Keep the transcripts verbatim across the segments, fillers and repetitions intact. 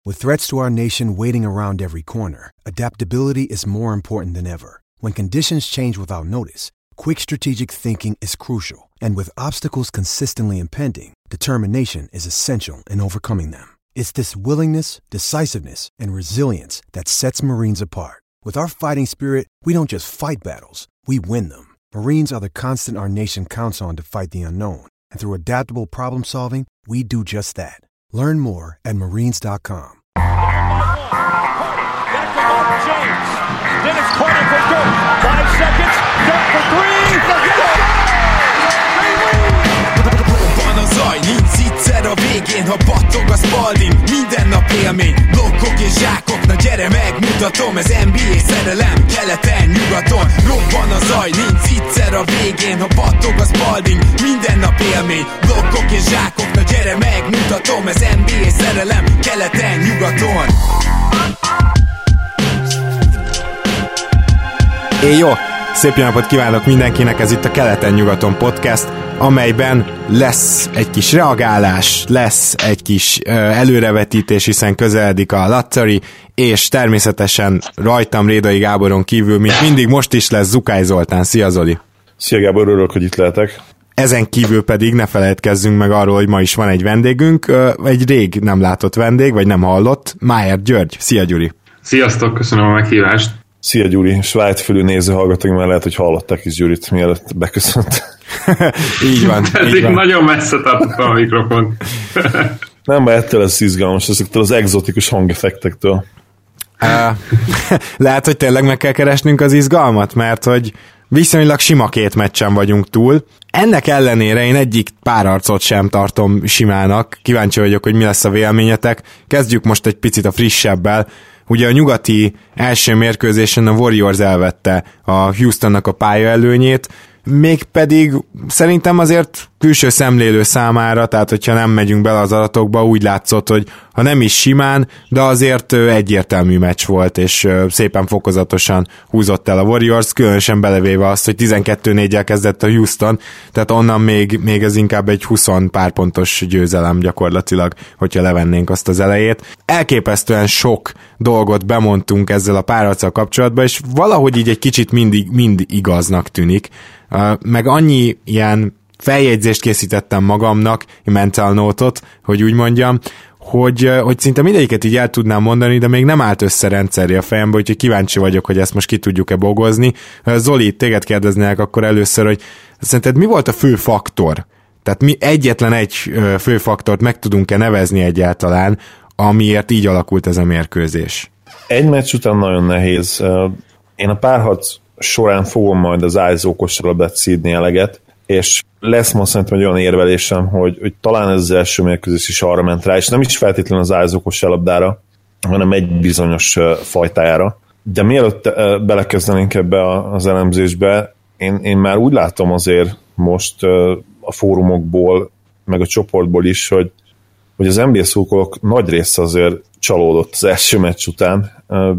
With threats to our nation waiting around every corner, adaptability is more important than ever. When conditions change without notice, quick strategic thinking is crucial. And with obstacles consistently impending, determination is essential in overcoming them. It's this willingness, decisiveness, and resilience that sets Marines apart. With our fighting spirit, we don't just fight battles, we win them. Marines are the constant our nation counts on to fight the unknown. And through adaptable problem solving, we do just that. Learn more at marines dot com. Back to Mark James. Dennis corner for Dirk. Five seconds. Dirk for three. Van a zaj, nincs egyszer a végén, ha battog a Spalding. Minden nap élmény, blokkok és zsákok. Na gyere megmutatom, ez en bé á szerelem. Keleten, nyugaton, robban a zaj, nincs egyszer a végén, ha battog a Spalding. Minden nap élmény, blokkok és zsákok. Na gyere megmutatom, ez en bé á szerelem. Keleten, nyugaton. Éj jó! Szép jó napot kívánok mindenkinek, ez itt a Keleten-nyugaton podcast, amelyben lesz egy kis reagálás, lesz egy kis uh, előrevetítés, hiszen közeledik a Lazzari, és természetesen rajtam Rédai Gáboron kívül, mint mindig most is lesz Zukály Zoltán. Szia Zoli! Szia Gábor, örülök, hogy itt lehetek. Ezen kívül pedig ne felejtkezzünk meg arról, hogy ma is van egy vendégünk, uh, egy rég nem látott vendég, vagy nem hallott, Májer György. Szia Gyuri! Sziasztok, köszönöm a meghívást! Szia Gyuri, svájtfülű néző hallgatók, már lehet, hogy hallották is Gyurit, mielőtt beköszönt. Így van. Így van. Nagyon messze tartottam a mikrofon. Nem, mert ettől ez izgalmas, ezektől az egzotikus hangeffektektől. Uh, lehet, hogy tényleg meg kell keresnünk az izgalmat, mert hogy viszonylag sima két meccsen vagyunk túl. Ennek ellenére én egyik párharcot sem tartom simának. Kíváncsi vagyok, hogy mi lesz a véleményetek. Kezdjük most egy picit a frissebbel. Ugye a nyugati első mérkőzésen a Warriors elvette a Houstonnak a pályaelőnyét, mégpedig szerintem azért külső szemlélő számára, tehát hogyha nem megyünk bele az adatokba, úgy látszott, hogy ha nem is simán, de azért egyértelmű meccs volt, és szépen fokozatosan húzott el a Warriors, különösen belevéve azt, hogy tizenkettő négyel kezdett a Houston, tehát onnan még, még ez inkább egy húsz pár pontos győzelem gyakorlatilag, hogyha levennénk azt az elejét. Elképesztően sok dolgot bemondtunk ezzel a párharccal kapcsolatban, és valahogy így egy kicsit mindig, mind igaznak tűnik. Uh, meg annyi ilyen feljegyzést készítettem magamnak, mental note-ot, hogy úgy mondjam, hogy, hogy szinte mindegyiket így el tudnám mondani, de még nem állt össze rendszerre a fejembe, úgyhogy kíváncsi vagyok, hogy ezt most ki tudjuk-e bogozni. Zoli, téged kérdeznék akkor először, hogy szerinted mi volt a fő faktor? Tehát mi egyetlen egy fő faktort meg tudunk-e nevezni egyáltalán, amiért így alakult ez a mérkőzés? Egy meccs után nagyon nehéz. Én a párharc során fogom majd az állzó kosárlabdát szídni eleget, és lesz most szerintem egy olyan érvelésem, hogy, hogy talán ez az első mérkőzés is arra ment rá, és nem is feltétlenül az állzó kosárlabdára, hanem egy bizonyos fajtájára. De mielőtt belekezdenénk ebbe az elemzésbe, én, én már úgy látom azért most a fórumokból, meg a csoportból is, hogy, hogy az en bé á szurkolók nagy része azért csalódott az első meccs után.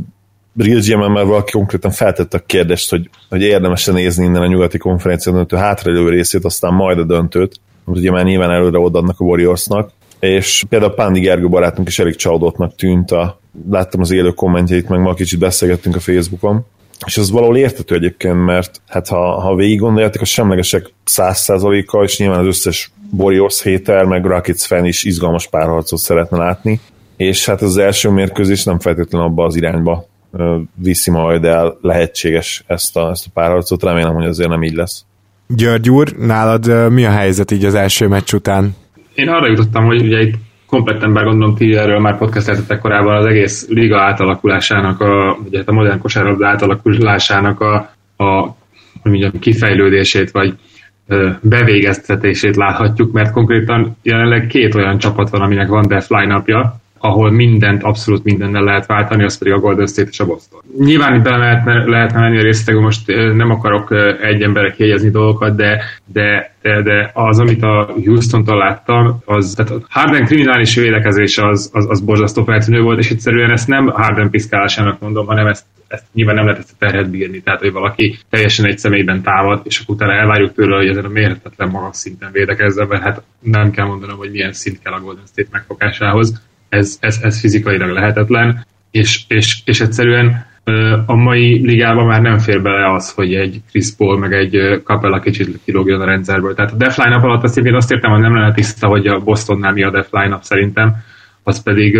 Real gé em-en már valaki konkrétan feltette a kérdést, hogy, hogy érdemes-e nézni innen a nyugati konferencia döntő hátralévő részét, aztán majd a döntőt, mert ugye már nyilván előre odaadnak a Warriorsnak, és például Pándi Gergő barátunk is elég csalódottnak tűnt, a, láttam az élő kommentjeit, meg ma kicsit beszélgettünk a Facebookon, és ez valahol értető egyébként, mert hát ha, ha végig gondoljátok, a semlegesek száz százaléka, és nyilván az összes Warriors hater, meg Rockets fan is izgalmas párharcot szeretne látni, és hát az első mérkőzés nem feltétlenül abba az irányba viszi majd el lehetséges ezt a, ezt a párharcot, remélem, hogy azért nem így lesz. György úr, nálad mi a helyzet így az első meccs után? Én arra jutottam, hogy ugye itt kompletten bár gondolom ti erről már podcasteltetek korábban az egész liga átalakulásának, a, ugye a modern kosárlabda átalakulásának a, a hogy mondjam, kifejlődését, vagy ö, bevégeztetését láthatjuk, mert konkrétan jelenleg két olyan csapat van, aminek van def line-upja, ahol mindent, abszolút mindennel lehet váltani, az pedig a Golden State és a Boston. Nyilván itt bele lehetne, lehetne menni a részletekbe, most nem akarok egy emberre kijegyezni dolgokat, de, de, de, de az, amit a Houstontól láttam, az, tehát a Harden kriminális védekezés az, az, az borzasztó feltűnő volt, és egyszerűen ezt nem Harden piszkálásának mondom, hanem ezt, ezt nyilván nem lehet ezt a terhet bírni, tehát hogy valaki teljesen egy személyben támad, és akkor utána elvárjuk tőle, hogy ezen a mérhetetlen magas szinten védekezzen, mert hát nem kell mondanom, hogy milyen szint kell a Golden State megfogásához. ez, ez, ez fizikailag lehetetlen, és, és, és egyszerűen a mai ligában már nem fér bele az, hogy egy Chris Paul meg egy Capella kicsit kilógjon a rendszerből. Tehát a def line-up alatt azt én azt értem, hogy nem lenne tiszta, hogy a Bostonnál mi a def line-up szerintem, az pedig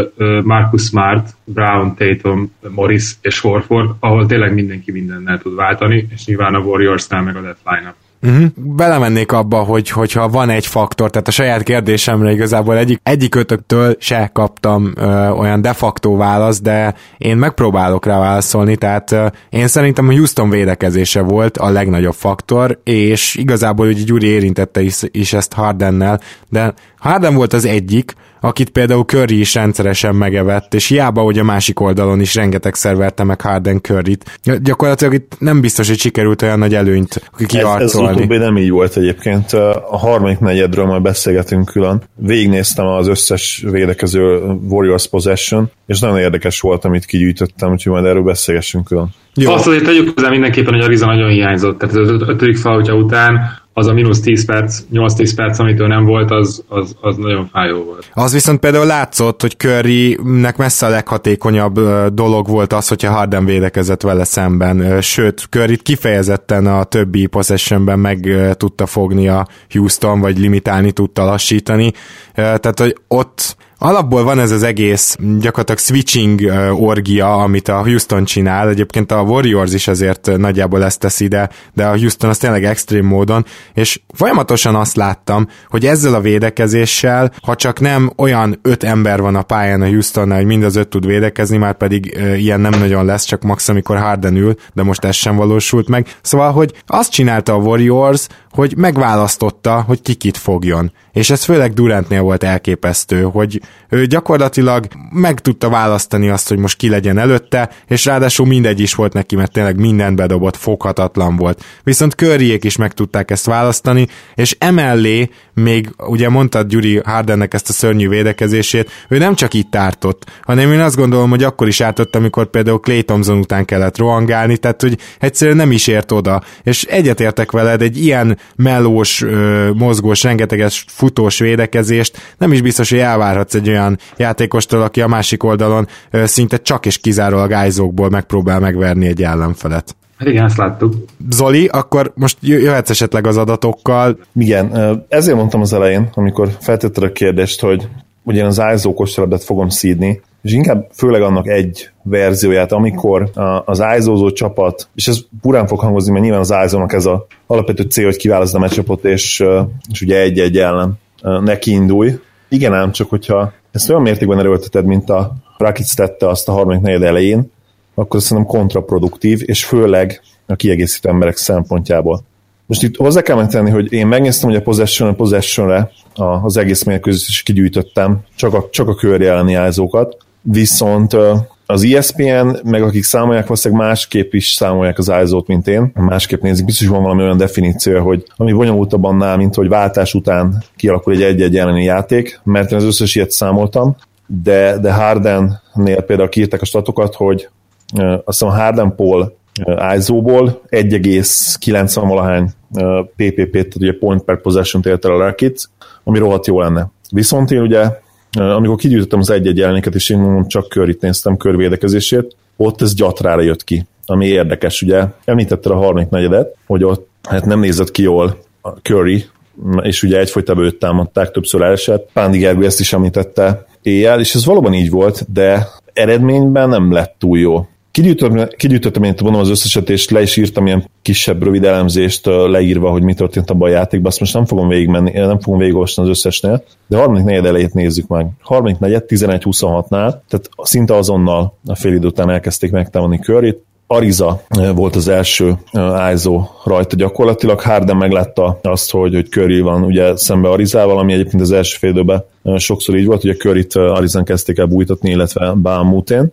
Marcus Smart, Brown, Tatum, Morris és Horford, ahol tényleg mindenki mindennel tud váltani, és nyilván a Warriorsnál meg a def line-up. Uh-huh. Belemennék abba, hogy, hogyha van egy faktor, tehát a saját kérdésemre igazából egyik, egyik ötöktől se kaptam ö, olyan de facto választ, de én megpróbálok rá válaszolni, tehát ö, én szerintem a Houston védekezése volt a legnagyobb faktor, és igazából ugye Gyuri érintette is, is ezt Hardennel, de Harden volt az egyik, akit például Curry is rendszeresen megevett, és hiába, hogy a másik oldalon is rengetegszer verte meg Harden Curryt. Gyakorlatilag itt nem biztos, hogy sikerült olyan nagy előnyt kiarcolni. Ez, ez utóbbi nem így volt egyébként. A harmadik negyedről majd beszélgetünk külön. Végignéztem az összes védekező Warriors possession, és nagyon érdekes volt, amit kigyűjtöttem, úgyhogy majd erről beszélgessünk külön. Jó. Azt azért tegyük hozzá mindenképpen, hogy Ariza nagyon hiányzott. Tehát az ötödik faultja után az a mínusz tíz perc, nyolc-tíz perc, amitől nem volt, az, az, az nagyon fájó volt. Az viszont például látszott, hogy Currynek messze a leghatékonyabb dolog volt az, hogyha Harden védekezett vele szemben. Sőt, Curryt kifejezetten a többi possessionben meg tudta fogni a Houston, vagy limitálni tudta lassítani. Tehát, hogy ott alapból van ez az egész gyakorlatilag switching orgia, amit a Houston csinál, egyébként a Warriors is azért nagyjából ezt teszi, de, de a Houston az tényleg extrém módon, és folyamatosan azt láttam, hogy ezzel a védekezéssel, ha csak nem olyan öt ember van a pályán a Houstonnál, hogy mind az öt tud védekezni, már pedig e, ilyen nem nagyon lesz, csak max amikor Harden ül, de most ez sem valósult meg. Szóval, hogy azt csinálta a Warriors, hogy megválasztotta, hogy ki kit fogjon. És ez főleg Durantnél volt elképesztő, hogy ő gyakorlatilag meg tudta választani azt, hogy most ki legyen előtte, és ráadásul mindegy is volt neki, mert tényleg mindent bedobott, foghatatlan volt. Viszont Curryék is meg tudták ezt választani, és emellé még, ugye mondtad Gyuri Hardennek ezt a szörnyű védekezését, ő nem csak itt ártott, hanem én azt gondolom, hogy akkor is ártott, amikor például Klay Thompson után kellett rohangálni, tehát hogy egyszerűen nem is ért oda. És egyetértek veled, egy ilyen mellós, mozgós, rengeteges futós védekezést nem is biztos, hogy elvárhatsz egy olyan játékostól, aki a másik oldalon szinte csak és kizárólag ájzókból megpróbál megverni egy ellenfelet. Hát igen, ezt láttuk. Zoli, akkor most jöhetsz esetleg az adatokkal. Igen, ezért mondtam az elején, amikor feltetted a kérdést, hogy ugye az ájzó kosárlabdát fogom szídni, és inkább főleg annak egy verzióját, amikor az ájzózó csapat, és ez burán fog hangozni, mert nyilván az ájzónak ez az alapvető cél, hogy kiválaszd a meccsapot, és, és ugye egy-egy ellen neki indulj. Igen ám, csak hogyha ezt olyan mértékben erőlteted, mint a Rakic tette azt a harmadik negyed elején, akkor szerintem kontraproduktív, és főleg a kiegészítő emberek szempontjából. Most itt hozzá kell megtenni, hogy én megnéztem, hogy a possession a possessionre az egész mérkőzést is kigyűjtöttem, csak a, csak a Curry elleni ájzókat, viszont az E S P N, meg akik számolják, valószínűleg másképp is számolják az ájzót, mint én, másképp nézik, biztos van valami olyan definíció, hogy ami bonyolultabb annál, mint hogy váltás után kialakul egy egy-egy elleni játék, mert én az összes ilyet számoltam, de, de Hardennél például kiírták a statokat, hogy azt hiszem Harden Paul ájzóból egy egész kilencven valahány P P P-t, tehát ugye point per possession-t ért el a Rakic, ami rohadt jó lenne. Viszont én ugye, amikor kigyűjtöttem az egy-egy elleneket, és én mondom, csak Curryt néztem, Curry védekezését, ott ez gyatrára jött ki, ami érdekes, ugye. Említetted a harmadik negyedet, hogy ott hát nem nézett ki jól a Curry, és ugye egyfolytában őt támadták, többször elesett. Pándi Gergő ezt is említette éjjel, és ez valóban így volt, de eredményben nem lett túl jó. Kigyűjtöttem, kigyűjtöttem én mondom az összeset, és le is írtam ilyen kisebb, rövid elemzést leírva, hogy mi történt abban a játékban. Azt most nem fogom végigmenni, nem fogom végigolvasni az összesnél, de a harmadik negyed elejét nézzük meg. Harmadik negyed tizenegy huszonhatnál, tehát szinte azonnal a fél idő után elkezdték megtámadni Curryt. Ariza volt az első ájzó rajta gyakorlatilag. Harden meglátta azt, hogy, hogy Curry van ugye szembe Arizával, ami egyébként az első fél időben sokszor így volt, hogy a Curryt Arizán kezdték el bújtatni, illetve Bámutén.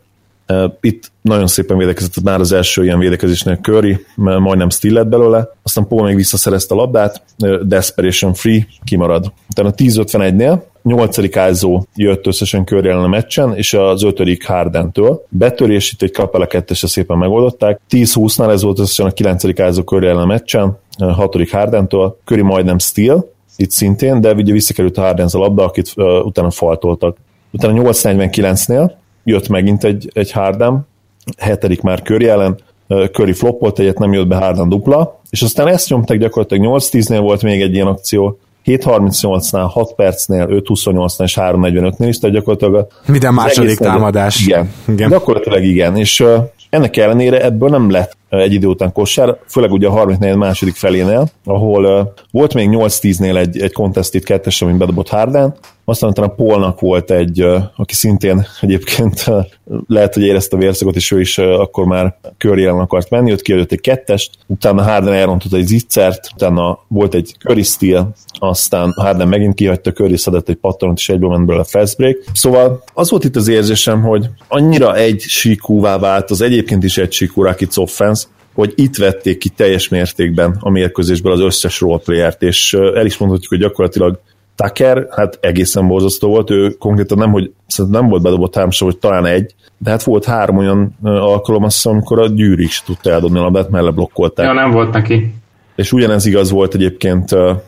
Itt nagyon szépen védekezett már az első ilyen védekezésnél Curry, majdnem steal lett belőle, aztán Paul még visszaszerezte a labdát, desperation free, kimarad. Utána a tíz ötvenegynél nyolcadik ájzó jött összesen Curry ellen a meccsen, és az ötödik Hardentől. Betörés, itt egy Capella kettesre szépen megoldották. tíz húsznál ez volt összesen a kilencedik ájzó Curry ellen a meccsen, hatodik Hardentől. Curry majdnem steal, itt szintén, de ugye visszakerült a Hardenz a labda, akit uh, utána faltoltak. utána nyolc negyvenkilencnél jött megint egy, egy Harden, hetedik már Curry ellen, Curry floppolt egyet, nem jött be Harden dupla, és aztán ezt nyomták gyakorlatilag nyolc tíznél volt még egy ilyen akció, hét harmincnyolcnál, hat percnél, öt huszonnyolcnál és három negyvenötnél is, tehát gyakorlatilag minden második támadás. Igen, igen, gyakorlatilag igen, és uh, ennek ellenére ebből nem lett uh, egy idő után kosár, főleg ugye a harmincnégy második felénél, ahol uh, volt még nyolc tíznél egy, egy contested kettes, amin bedobott Harden, aztán utána Paulnak volt egy, uh, aki szintén egyébként uh, lehet, hogy érezte a vérszagot, és ő is uh, akkor már Curry ellen akart menni, ott kiadott egy kettest, utána Harden elrontott egy zicsert, utána volt egy Curry steal, aztán Harden megint kihagyta, Curry szedett egy pattanot, és egyből ment belőle a fast break. Szóval az volt itt az érzésem, hogy annyira egy síkúvá vált az egyébként is egy síkú Rockets offense, hogy itt vették ki teljes mértékben a mérkőzésből az összes roleplayert, és el is mondhatjuk, hogy gyakorlatilag Tucker, hát egészen borzasztó volt, ő konkrétan nem, hogy nem volt bedobott három, hogy talán egy, de hát volt három olyan alkalom, azt hiszem, amikor a Gyűri is tudta eldobni a labdát, mert leblokkolták. Ja, nem volt neki. És ugyanez igaz volt egyébként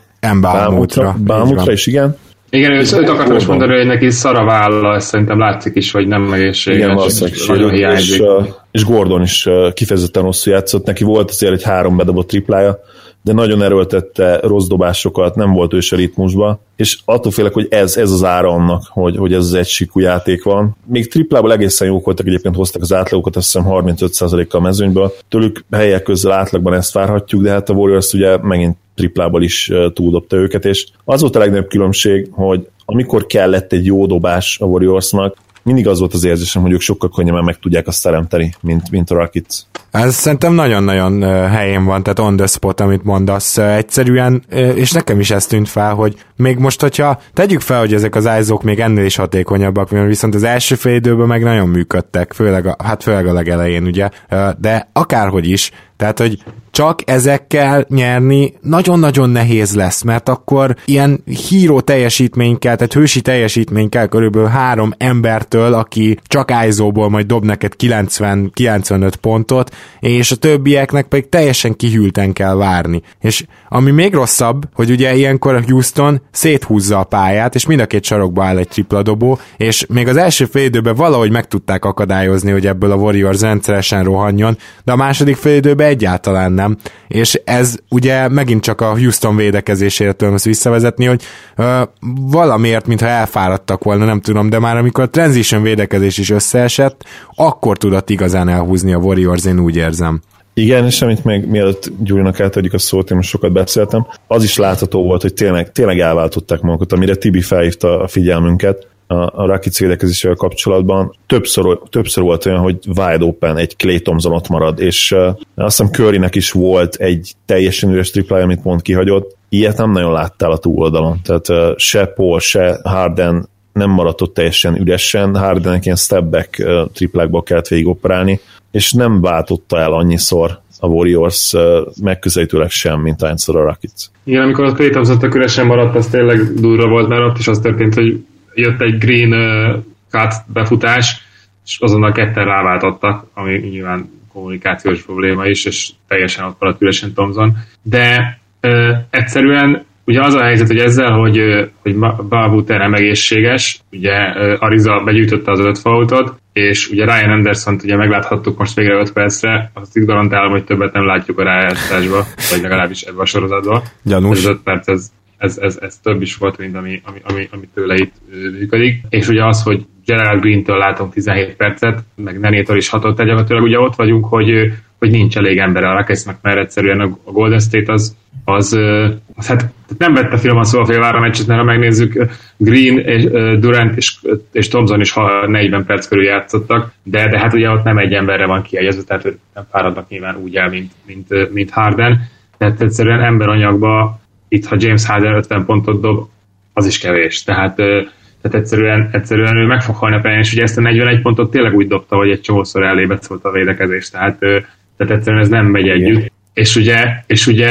Bálmútra. Bálmútra is, igen. Igen, ő, őt akartam is mondani, hogy neki szara válla, ezt szerintem látszik is, hogy nem egészséges. Igen, valószínűleg. És, és Gordon is kifejezetten rosszul játszott, neki volt azért egy három bedobott triplája, de nagyon erőltette rossz dobásokat, nem volt ő se ritmusba, és attól félek, hogy ez, ez az ára annak, hogy, hogy ez az egysíkú játék van. Még triplából egészen jók voltak, egyébként hoztak az átlagokat, azt hiszem harmincöt százalékkal a mezőnyből. Tőlük helyek közül átlagban ezt várhatjuk, de hát a Warriors ugye megint triplából is túldobta őket, és az volt a legnagyobb különbség, hogy amikor kellett egy jó dobás a Warriorsnak, mindig az volt az érzésem, hogy ők sokkal könnyebben meg tudják azt teremteni, mint, mint a Rockets. Ez szerintem nagyon-nagyon helyén van, tehát on the spot, amit mondasz. Egyszerűen, és nekem is ez tűnt fel, hogy még most, hogyha tegyük fel, hogy ezek az ájzók még ennél is hatékonyabbak, viszont az első fél időben meg nagyon működtek, főleg a, hát főleg a legelején, ugye, de akárhogy is, tehát, hogy csak ezekkel nyerni nagyon-nagyon nehéz lesz, mert akkor ilyen híró teljesítmény kell, tehát hősi teljesítmény kell körülbelül három embertől, aki csak ájzóból majd dob neked kilencven-kilencvenöt pontot, és a többieknek pedig teljesen kihűlten kell várni. És ami még rosszabb, hogy ugye ilyenkor a Houston széthúzza a pályát, és mind a két sarokba áll egy tripla dobó, és még az első fél időben valahogy meg tudták akadályozni, hogy ebből a Warriors rendszeresen rohanjon, de a második fél időben egyáltalán nem. És ez ugye megint csak a Houston védekezésére tudom ezt visszavezetni, hogy ö, valamiért, mintha elfáradtak volna, nem tudom, de már amikor a transition védekezés is összeesett, akkor tudott igazán elhúzni a Warriors, én úgy érzem. Igen, és amit még mielőtt Gyurinak átadjuk a szót, én most sokat beszéltem, az is látható volt, hogy tényleg, tényleg elváltották magukat, amire Tibi felhívta a figyelmünket a, a Rockets védekezésével kapcsolatban. Többször, többször volt olyan, hogy wide open, egy Klay Thompson ott marad, és uh, azt hiszem Currynek is volt egy teljesen üres triplája, amit pont kihagyott. Ilyet nem nagyon láttál a túloldalon. Tehát uh, se Paul, se Harden nem maradt ott teljesen üresen, Hardennek ilyen step-back uh, triplákba kellett végig operálni, és nem váltotta el annyiszor a Warriors uh, megközelítőleg sem, mint annyiszor a Rockets. Igen, amikor a Klay Thompson tök üresen maradt, az tényleg durva volt, mert ott is az történt, hogy jött egy green uh, cut befutás, és azonnal ketten ráváltottak, ami nyilván kommunikációs probléma is, és teljesen ott maradt üresen Thompson. De uh, egyszerűen ugye az a helyzet, hogy ezzel, hogy, hogy Balbuter nem egészséges, ugye Ariza begyűjtötte az öt faultot, és ugye Ryan Andersont ugye megláthattuk most végre öt percre, azt itt garantálom, hogy többet nem látjuk a rájátszásba, vagy legalábbis ebben a sorozatban. Gyanús. Ez öt perc, ez, ez, ez, ez több is volt, mint ami, ami, ami, ami tőle itt működik. És ugye az, hogy Gerald Green-től látunk tizenhét percet, meg Nenétől is hatott, tehát gyakorlatilag ugye ott vagyunk, hogy, hogy nincs elég ember a Rocketsnek, mert egyszerűen a Golden State az, az, az hát nem vette finoman szóval félvára meccset, mert ha megnézzük, Green, és, Durant és, és Thompson is negyven perc körül játszottak, de, de hát ugye ott nem egy emberre van kiegyezve, tehát nem fáradnak nyilván úgy el, mint, mint, mint Harden, tehát egyszerűen emberanyagban itt, ha James Harden ötven pontot dob, az is kevés, tehát Tehát egyszerűen, egyszerűen ő meg fog halni a pályán, és ugye ezt a negyvenegy pontot tényleg úgy dobta, hogy egy csomószor elébe szólt a védekezés, tehát, tehát egyszerűen ez nem megy együtt. Igen. És ugye, és ugye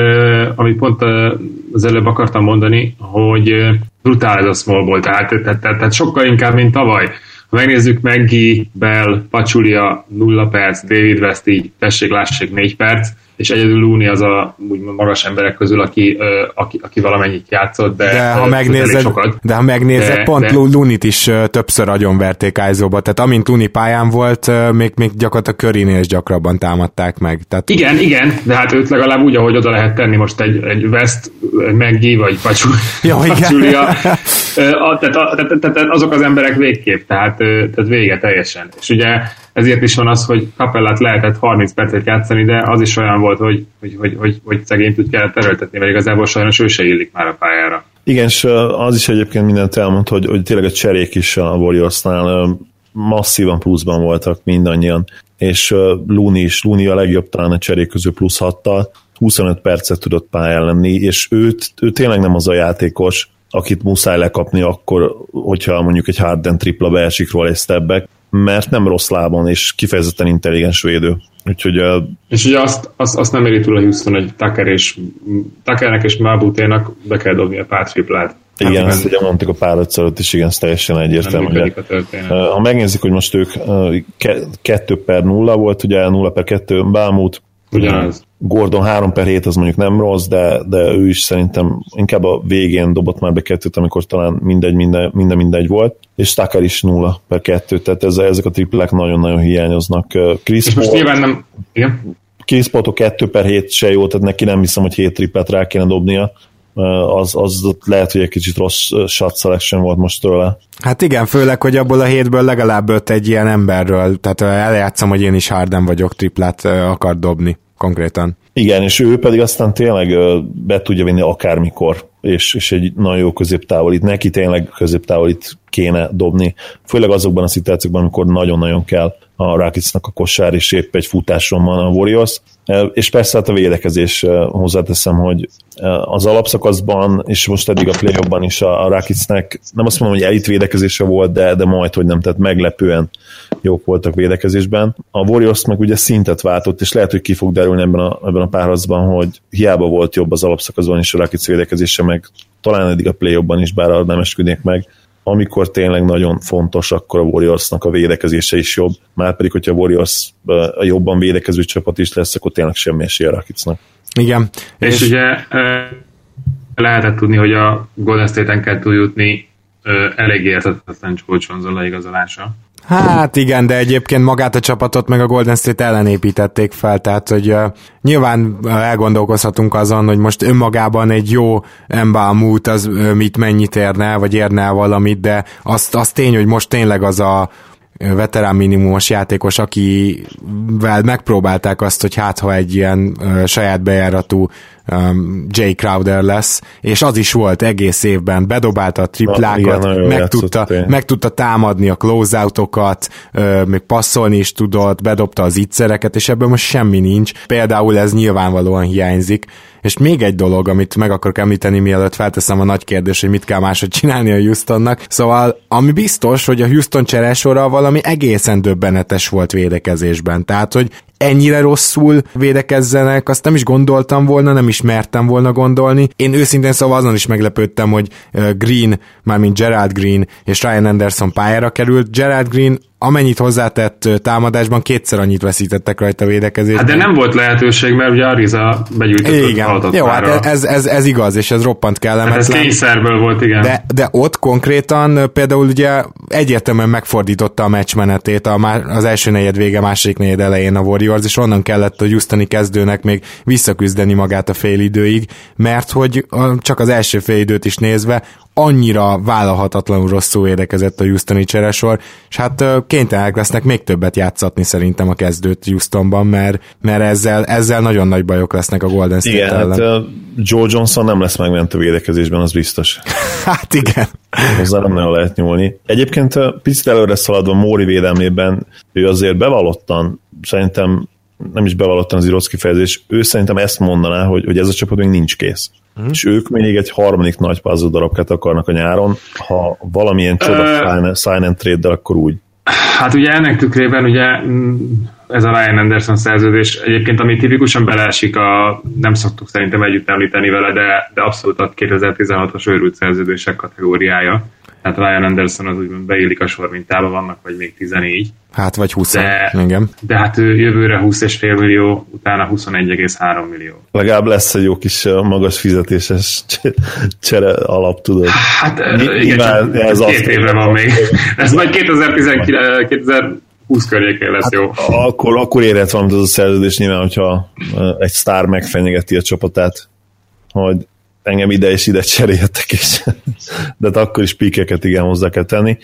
amit pont az előbb akartam mondani, hogy brutál ez a small ball, tehát, tehát, tehát, tehát sokkal inkább, mint tavaly. Ha megnézzük Maggie, Bell, Pachulia nulla perc, David West így tessék, lássék négy perc, és egyedül Looney az a úgymond magas emberek közül, aki, aki, aki valamennyit játszott, de, de ha megnézed, sokat, de ha megnézed de, pont de... Looney-t is többször agyonverték ájzóba, tehát amint Looney pályán volt, még, még gyakorlatilag Currynél is gyakrabban támadták meg. Tehát... Igen, igen, de hát őt legalább úgy, ahogy oda lehet tenni most egy, egy West, Maggie vagy Pachulia, tehát, tehát azok az emberek végképp, tehát, tehát vége teljesen. És ugye ezért is van az, hogy Capellát lehetett harminc percet játszani, de az is olyan volt, hogy, hogy, hogy, hogy, hogy szegényt úgy kellett erőltetni, mert igazából sajnos ő se illik már a pályára. Igen, és az is egyébként mindent elmond, hogy, hogy tényleg a cserék is a Warriorsnál masszívan pluszban voltak mindannyian, és Looney is, Looney a legjobb talán a cserék közül plusz hattal, huszonöt percet tudott pályán lenni, és őt, ő tényleg nem az a játékos, akit muszáj lekapni akkor, hogyha mondjuk egy Harden tripla beesik róla egy stepback, mert nem rossz lábon, és kifejezetten intelligens védő. Úgyhogy, uh... és ugye azt, azt, azt nem éri túl a Houston, hogy Tucker és, Tuckernek és Mabuténak be kell dobni a pár triplát. Igen, nem ezt ugye mondtuk a pár ötszöröt is, igen, ez teljesen egyértelmű. Ha megnézzük, hogy most ők kettő per nulla volt, ugye nulla per kettő Bámút, ugyanaz. Gordon három per hét az mondjuk nem rossz, de, de ő is szerintem inkább a végén dobott már be kettőt, amikor talán mindegy, minden, minden mindegy volt, és Tucker is nulla per kettő, tehát ez, ezek a triplek nagyon-nagyon hiányoznak. Chris és most Paul, nyilván nem... Igen? Chris Paul kettő per hét se jó, tehát neki nem hiszem, hogy hét triplet rá kéne dobnia. Az, az lehet, hogy egy kicsit rossz shot selection volt most tőle. Hát igen, főleg, hogy abból a hétből legalább öt egy ilyen emberről, tehát eljátszom, hogy én is Harden vagyok, triplát akar dobni konkrétan. Igen, és ő pedig aztán tényleg be tudja vinni akármikor, és, és egy nagyon jó középtávolit, neki tényleg középtávolit kéne dobni, főleg azokban a szituációkban, amikor nagyon-nagyon kell a Rocketsnak a kosár, és épp egy futáson van a Warriors, és persze hát a védekezés, hozzáteszem, hogy az alapszakaszban, és most eddig a play-offban is a Rocketsnek, nem azt mondom, hogy elit védekezése volt, de, de majd, hogy nem, tehát meglepően jók voltak védekezésben. A Warriors meg ugye szintet váltott, és lehet, hogy ki fog derülni ebben a, ebben a párharcban, hogy hiába volt jobb az alapszakaszban is a Rockets védekezése, meg talán eddig a play-offban is, bár arra nem esküdnék meg, amikor tényleg nagyon fontos, akkor a Warriorsnak a védekezése is jobb. Márpedig, hogyha a Warriors a jobban védekező csapat is lesz, akkor tényleg semmi esélye a Rocketsnak. Igen. És, és ugye lehetett tudni, hogy a Golden State-en kell túljutni, elég érthetetlen Joe Johnson leigazolása. Hát igen, de egyébként magát a csapatot meg a Golden State ellen építették fel, tehát hogy uh, nyilván elgondolkozhatunk azon, hogy most önmagában egy jó Mbamut az uh, mit mennyit érne, vagy érne el valamit, de azt, az tény, hogy most tényleg az a veterán minimumos játékos, akivel megpróbálták azt, hogy hát ha egy ilyen uh, saját bejáratú um, Jay Crowder lesz, és az is volt egész évben, bedobálta a triplákat, Na, igen, meg, tudta, meg tudta támadni a closeoutokat, uh, még passzolni is tudott, bedobta az ittszereket, és ebből most semmi nincs. Például ez nyilvánvalóan hiányzik. És még egy dolog, amit meg akarok említeni, mielőtt felteszem a nagy kérdés, hogy mit kell máshogy csinálni a Houstonnak. Szóval, ami biztos, hogy a Houston cseresora valami egészen döbbenetes volt védekezésben. Tehát, hogy ennyire rosszul védekezzenek, azt nem is gondoltam volna, nem is mertem volna gondolni. Én őszintén szóval azon is meglepődtem, hogy Green, mármint Gerald Green és Ryan Anderson pályára került. Gerald Green amennyit hozzátett támadásban, kétszer annyit veszítettek rajta védekezésben. Hát de nem volt lehetőség, mert ugye Ariza begyűjtött igen. Jó, hát ez, ez, ez igaz, és ez roppant kellemetlen. Hát ez kényszerből volt, igen. De, de ott konkrétan például ugye egyértelműen megfordította a meccsmenetét az első negyed vége, második negyed elején a Warriors, és onnan kellett a Houstoni kezdőnek még visszaküzdeni magát a félidőig, mert hogy csak az első félidőt is nézve annyira vállalhatatlanul rosszul védekezett a Houstoni cseresor, és hát kénytelenek lesznek még többet játszatni szerintem a kezdőt Houstonban, mert, mert ezzel, ezzel nagyon nagy bajok lesznek a Golden State igen, ellen. Igen, hát Joe Johnson nem lesz megmentő védekezésben, az biztos. Hát igen. Hozzá nem nagyon lehet nyúlni. Egyébként picit előre szaladva Móri védelmében, ő azért bevallottan, szerintem nem is bevallottan az rossz kifejezés, ő szerintem ezt mondaná, hogy, hogy ez a csapat még nincs kész. Hmm. És ők még egy harmadik nagy puzzle darabkát akarnak a nyáron, ha valamilyen csoda uh, sign and trade-del, akkor úgy. Hát ugye ennek tükrében ugye ez a Ryan Anderson szerződés egyébként, ami tipikusan beleesik a, nem szoktuk szerintem együtt említeni vele, de, de abszolút a kétezer-tizenhatos őrült szerződések kategóriája. hát Ryan Anderson az úgymond beillik a sor mintába, vannak vagy még tizennégy. Hát vagy húsz, de, igen. De hát jövőre húsz egész öt millió, utána huszonegy egész három millió. Legalább lesz egy jó kis magas fizetéses csere alap, tudod. Hát igen, csak ez két évre van még. Ez majd kétezer-húsz környékén lesz, hát, jó. Akkor, akkor érhet valamit az a szerződés nyilván, hogyha egy sztár megfenyegeti a csapatát, hogy engem ide és ide cseréltek, és de hát akkor is pikeket igen hozzá kell tenni.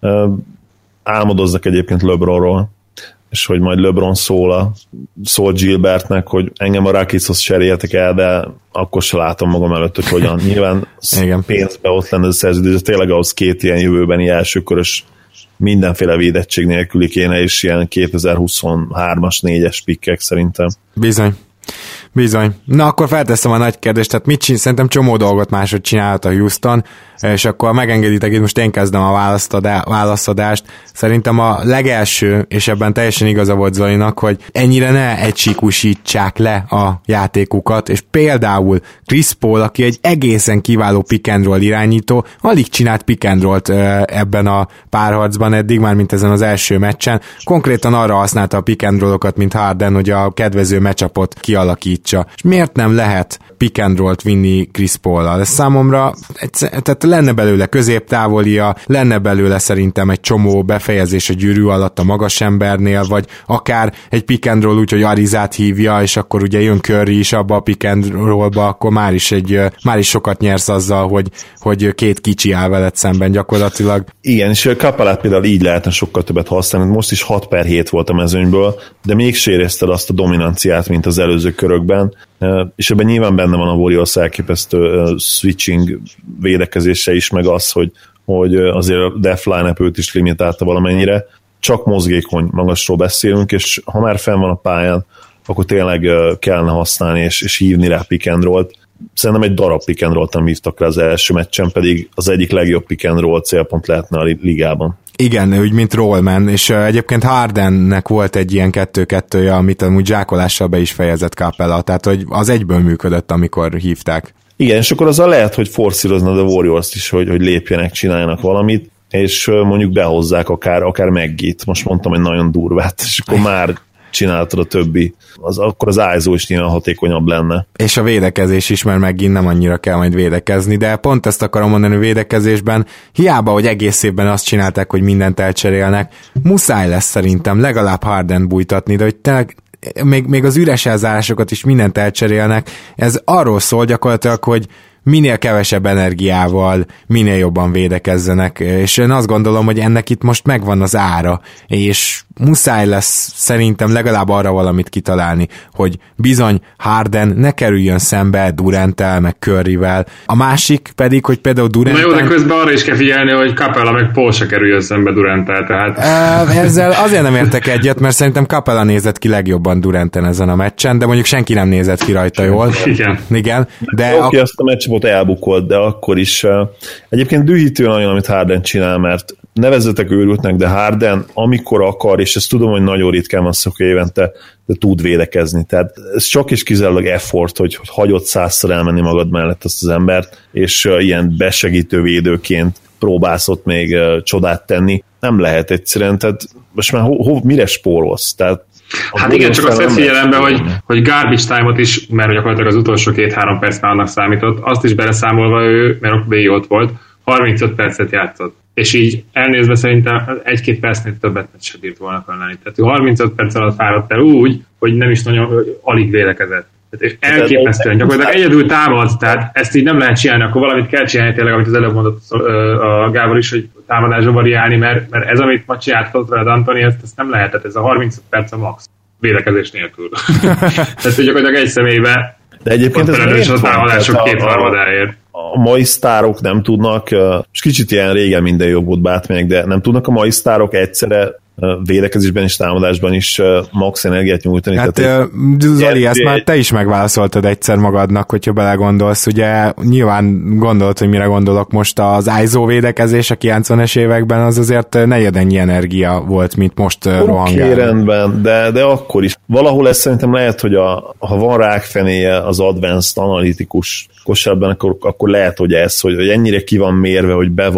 Álmodozzak egyébként LeBronról, és hogy majd LeBron szól, a, szól Gilbertnek, hogy engem a Rocketshoz cseréljetek el, de akkor se látom magam előtt, hogy hogyan. Nyilván pénzbe ott lenne a szerződés, de tényleg ahhoz két ilyen jövőbeni elsőkörös mindenféle védettség nélküli kéne, és ilyen kétezer-huszonhármas, négyes pikkek szerintem. Bizony. Bizony. Na akkor felteszem a nagy kérdést, tehát mit csinál, szerintem csomó dolgot máshogy csinálhat a Houston, és akkor megengeditek, itt most én kezdem a válaszadást. Szerintem a legelső, és ebben teljesen igaza volt Zolinak, hogy ennyire ne egysíkusítsák le a játékukat, és például Chris Paul, aki egy egészen kiváló pick and roll irányító, alig csinált pick and rollt ebben a párharcban eddig, már mint ezen az első meccsen. Konkrétan arra használta a pick and rollokat, mint Harden, hogy a kedvező matchupot kialakítsa. És miért nem lehet pick and rollt vinni Chris Paul-al? Ez számomra, tehát lenne belőle középtávolia, lenne belőle szerintem egy csomó befejezés a gyűrű alatt a magas embernél, vagy akár egy pick and roll úgy, hogy Arizát hívja, és akkor ugye jön Curry is abba a pick and rollba, akkor már is, egy, már is sokat nyersz azzal, hogy, hogy két kicsi áll veled szemben gyakorlatilag. Igen, és a Capellát például így lehetne sokkal többet használni, most is hat per hét volt a mezőnyből, de még érezted azt a dominanciát, mint az előző körökben, és ebben nyilván benne van a Warriors elképesztő switching védekezése is, meg az, hogy, hogy azért a def line-up őt is limitálta valamennyire, csak mozgékony magasról beszélünk, és ha már fenn van a pályán, akkor tényleg kellene használni, és, és hívni rá pick and rollt. Szerintem egy darab pick and rollt nem hívtak rá az első meccsen, pedig az egyik legjobb pick and roll célpont lehetne a ligában. Igen, úgy mint rollman, és uh, egyébként Hardennek volt egy ilyen kettő-kettője, amit amúgy zsákolással be is fejezett Capella, tehát hogy az egyből működött, amikor hívták. Igen, és akkor azzal lehet, hogy forszíroznod a Warriors is, hogy, hogy lépjenek, csináljanak valamit, és uh, mondjuk behozzák akár, akár Meggie-t, most mondtam egy nagyon durvát, és akkor már csináltad a többi, az, akkor az i es o is nyilván hatékonyabb lenne. És a védekezés is, mert megint nem annyira kell majd védekezni, de pont ezt akarom mondani, védekezésben, hiába, hogy egész évben azt csinálták, hogy mindent elcserélnek, muszáj lesz szerintem legalább Harden bújtatni, de hogy tényleg még, még az üres elzárásokat is mindent elcserélnek, ez arról szól gyakorlatilag, hogy minél kevesebb energiával, minél jobban védekezzenek, és én azt gondolom, hogy ennek itt most megvan az ára, és muszáj lesz szerintem legalább arra valamit kitalálni, hogy bizony Harden ne kerüljön szembe Duranttel, meg Curryvel. A másik pedig, hogy például Durant... Na jó, de közben arra is kell figyelni, hogy Capella meg Paul se kerüljön szembe Duranttel, tehát... Ezzel azért nem értek egyet, mert szerintem Capella nézett ki legjobban Duranten ezen a meccsen, de mondjuk senki nem nézett ki rajta jól. Igen. Igen. De oké, a... azt a meccsapot elbukolt, de akkor is egyébként dühítő nagyon, amit Harden csinál, mert nevezzetek őrültnek, de Harden amikor akar, és ezt tudom, hogy nagyon ritkán van szokja évente, de tud védekezni. Tehát ez csak is kizárólag effort, hogy, hogy hagyod százszor elmenni magad mellett azt az embert, és uh, ilyen besegítő védőként próbálsz ott még uh, csodát tenni. Nem lehet egyszerűen, tehát most már ho, ho, mire spórolsz? Tehát hát igen, csak azt vesz figyelembe, hogy, hogy garbage time-ot is, mert gyakorlatilag az utolsó két-három perc már annak számított, azt is beleszámolva ő, mert a bé ott volt, harmincöt percet játszott. És így elnézve szerintem egy-két percnél többet se bírt volna fellenni. Tehát ő harmincöt perc alatt fáradt el úgy, hogy nem is nagyon alig védekezett. Tehát elképesztően gyakorlatilag egyedül támad, tehát ezt így nem lehet csinálni, akkor valamit kell csinálni tényleg, amit az előbb mondott a Gábor is, hogy támadásra variálni, mert, mert ez, amit ma csináltott veled Antoni, ezt, ezt nem lehet, tehát ez a harmincöt perc a max védekezés nélkül. Tehát gyakorlatilag egy személybe de egyébként ez felelős a támadások kétharmadáért. A mai sztárok nem tudnak, és kicsit ilyen régen minden jobb volt bátmányok, de nem tudnak a mai sztárok egyszerre védekezésben és támadásban is max energiát nyújtani. Hát tehát, Zoli, ezt már te is megválaszoltad egyszer magadnak, hogyha belegondolsz. Ugye nyilván gondolod, hogy mire gondolok most, az i es o védekezés a kilencvenes években az azért negyed ennyi energia volt, mint most rohangál. Oké, rendben, de, de akkor is. Valahol ez szerintem lehet, hogy a, ha van rákfenéje az advanced analitikus kosárban, akkor, akkor lehet, hogy ez, hogy, hogy ennyire ki van mérve, hogy be van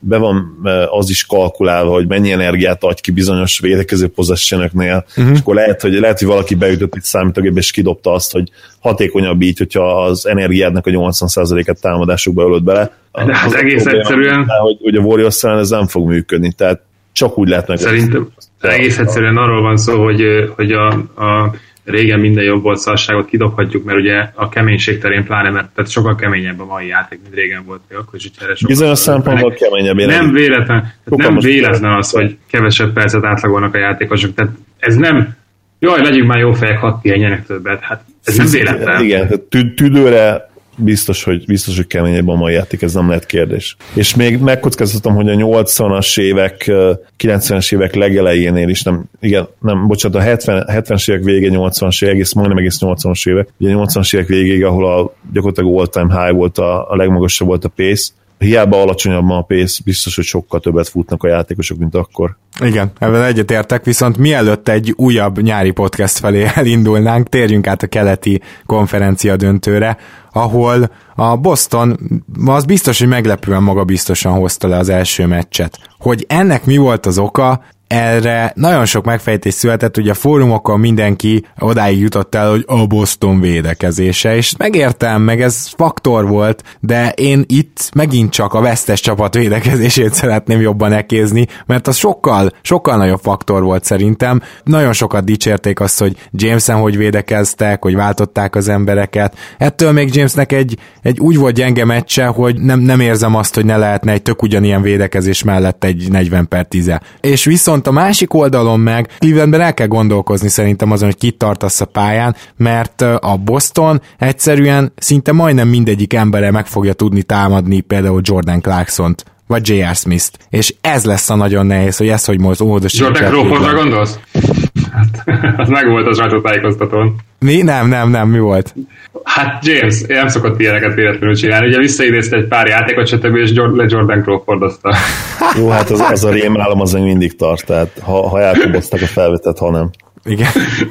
be van az is kalkulálva, hogy mennyi energiát adj ki bizonyos védekező possessionöknél, uh-huh. és akkor lehet hogy, lehet, hogy valaki beütött egy számítógépbe, és kidobta azt, hogy hatékonyabb így, hogyha az energiádnak a nyolcvan százalékát támadásokba ölöd bele. De hát egész probléma, egyszerűen... Hogy, hogy a Warriors ellen ez nem fog működni, tehát csak úgy lehet meg. Szerintem egész egyszerűen arról van szó, hogy, hogy a, a régen minden jobb volt szarságot kidobhatjuk, mert ugye a keménység terén pláne, mert tehát sokkal keményebb a mai játék, mint régen volt, akkor is erre sokkal. Bizonyos szempontból keményebb. Nem véletlen, nem véletlen az, hogy kevesebb percet átlagolnak a játékosok, tehát ez nem, jaj, legyünk már jó fejek, hadd pihenjenek többet, hát ez nem véletlen. Igen, tehát tü- tüdőre biztos, hogy, biztos, hogy keményebb a mai játék, ez nem lehet kérdés. És még megkockáztatom, hogy a nyolcvanas évek, kilencvenes évek legelejénél is, nem, igen, nem, bocsánat, a hetven, hetvenes évek vége, nyolcvanas évek, egész, majdnem egész nyolcvanas évek, ugye nyolcvanas évek végéig, ahol a gyakorlatilag all-time high volt, a, a legmagasabb volt a pace, hiába alacsonyabb ma a pace, biztos, hogy sokkal többet futnak a játékosok, mint akkor. Igen, ebben egyetértek, viszont mielőtt egy újabb nyári podcast felé elindulnánk, térjünk át a keleti konferencia döntőre, ahol a Boston, az biztos, hogy meglepően magabiztosan hozta le az első meccset. Hogy ennek mi volt az oka, erre nagyon sok megfejtés született, ugye a fórumokon mindenki odáig jutott el, hogy a Boston védekezése, és megértem, meg ez faktor volt, de én itt megint csak a vesztes csapat védekezését szeretném jobban ekézni, mert az sokkal, sokkal nagyobb faktor volt szerintem. Nagyon sokat dicsérték azt, hogy Jameson hogy védekeztek, hogy váltották az embereket. Ettől még Jamesnek egy, egy úgy volt gyenge meccse, hogy nem, nem érzem azt, hogy ne lehetne egy tök ugyanilyen védekezés mellett egy negyven per tíz. És viszont a másik oldalon meg Clevelandben el kell gondolkozni szerintem azon, hogy kit tartasz a pályán, mert a Boston egyszerűen szinte majdnem mindegyik embere meg fogja tudni támadni például Jordan Clarksont, vagy jé er Smith-t. És ez lesz a nagyon nehéz, hogy ez, hogy most módosítják. Jordan Crawfordra gondolsz? Hát, az meg volt az sajtótájékoztatón. Mi? Nem, nem, nem, mi volt? Hát James, nem szokott ilyeneket véletlenül csinálni. Ugye visszaidézte egy pár játékot, stb. És le Jordan Crawfordozta. Jó, hát az, az a rémálom az mindig tart, tehát ha, ha elkobozták a felvetet, ha nem. Igen.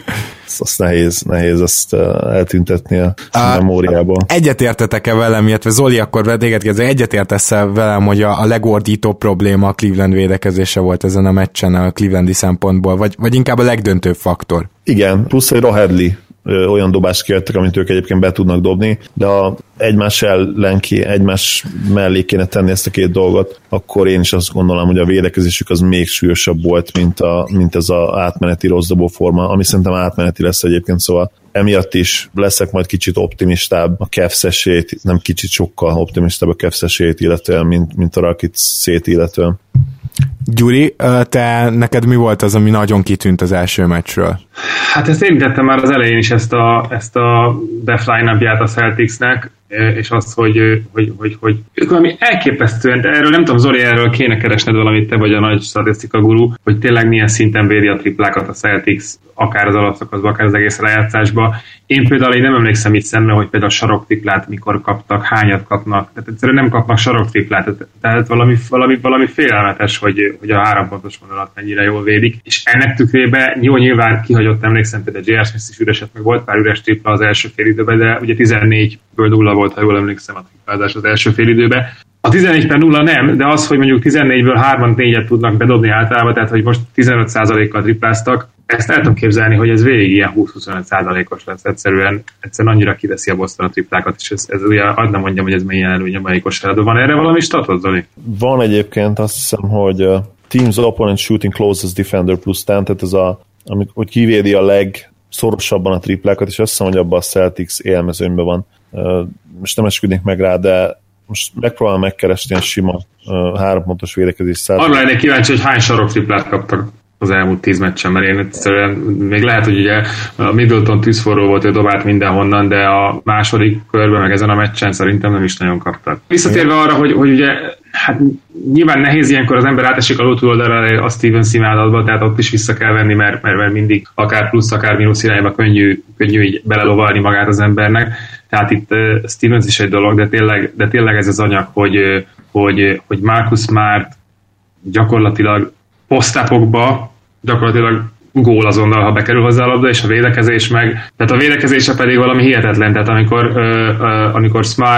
Azt nehéz, nehéz ezt eltüntetni a, a memóriából. Egyetértetek-e velem, illetve Zoli, akkor téged kérdezem, egyetértesz-e velem, hogy a, a legordítóbb probléma a Cleveland védekezése volt ezen a meccsen a Clevelandi szempontból, vagy, vagy inkább a legdöntőbb faktor? Igen, plusz egy Rahedli olyan dobást kértek, amit ők egyébként be tudnak dobni, de ha egymás ellen ki, egymás mellé kéne tenni ezt a két dolgot, akkor én is azt gondolom, hogy a védekezésük az még súlyosabb volt, mint, a, mint ez az átmeneti rossz dobóforma, ami szerintem átmeneti lesz egyébként, szóval emiatt is leszek majd kicsit optimistább a Cavs esélyt, nem kicsit sokkal optimistább a Cavs esélyt illetően, mint, mint a Rockets szét illetően. Gyuri, te, neked mi volt az, ami nagyon kitűnt az első meccsről? Hát ezt érintettem már az elején is ezt a, ezt a def line-upját a Celticsnek, és azt, hogy, hogy, hogy, hogy ők valami elképesztően, de erről nem tudom, Zoli, erről kéne keresned valamit, te vagy a nagy statisztika guru, hogy tényleg milyen szinten védi a triplákat a Celtics, akár az alapszakaszban, akár az egész rájátszásban. Én például én nem emlékszem itt szemre, hogy például saroktriplát mikor kaptak, hányat kapnak, tehát egyszerűen nem kapnak saroktriplát, tehát valami, valami, valami félelmetes, hogy, hogy a három pontos vonalat mennyire jól védik, és ennek tükrében jó, nyilván kihagyott, emlékszem, például jé er Smith is üreset, meg volt pár üres tripla az első fél időben, de ugye tizennégyből nulla volt, ha jól emlékszem, a triplázás az első fél időben. A tizenegy per nulla nem, de az, hogy mondjuk tizennégyből hármat négyet tudnak bedobni általában, tehát hogy most tizenöt százalékkal tripláztak, ezt el tudom képzelni, hogy ez végig ilyen húsz-huszonöt százalékos lesz, egyszerűen, egyszerűen annyira kiveszi a Boston a triplákat, és ez, ez ugye ad nem mondjam, hogy ez milyen előny a mai kosárlabdában. Van erre valami statod, Zoli? Van egyébként, azt hiszem, hogy uh, teams opponent shooting closest defender plus tíz, tehát ez a, amikor, hogy kivédi a legszorosabban a triplákat, és azt hiszem, hogy abban a Celtics élmezőnyben van. Uh, most nem esküdnék meg rá, de most megpróbálom megkeresni a sima uh, három pontos védekezés százalék. Arra lennék kíváncsi, hogy hány sarok triplát kaptak az elmúlt tíz meccsen, mert én egyszerűen még lehet, hogy ugye a Middleton tűzforró volt, ő dobált mindenhonnan, de a második körben, meg ezen a meccsen szerintem nem is nagyon kaptak. Visszatérve arra, hogy, hogy ugye hát nyilván nehéz ilyenkor az ember átesik a lótúloldalra a Steven imádatba, tehát ott is vissza kell venni, mert, mert, mert mindig akár plusz, akár mínusz irányba könnyű, könnyű így belelovalni magát az embernek. Tehát itt uh, Stevens is egy dolog, de tényleg, de tényleg ez az anyag, hogy, uh, hogy, hogy Marcus Smart gyakorlatilag posztápokba gyakorlatilag gól azonnal, ha bekerül hozzá a labda, és a védekezés meg, tehát a védekezése pedig valami hihetetlen, tehát amikor, uh, uh, amikor Smart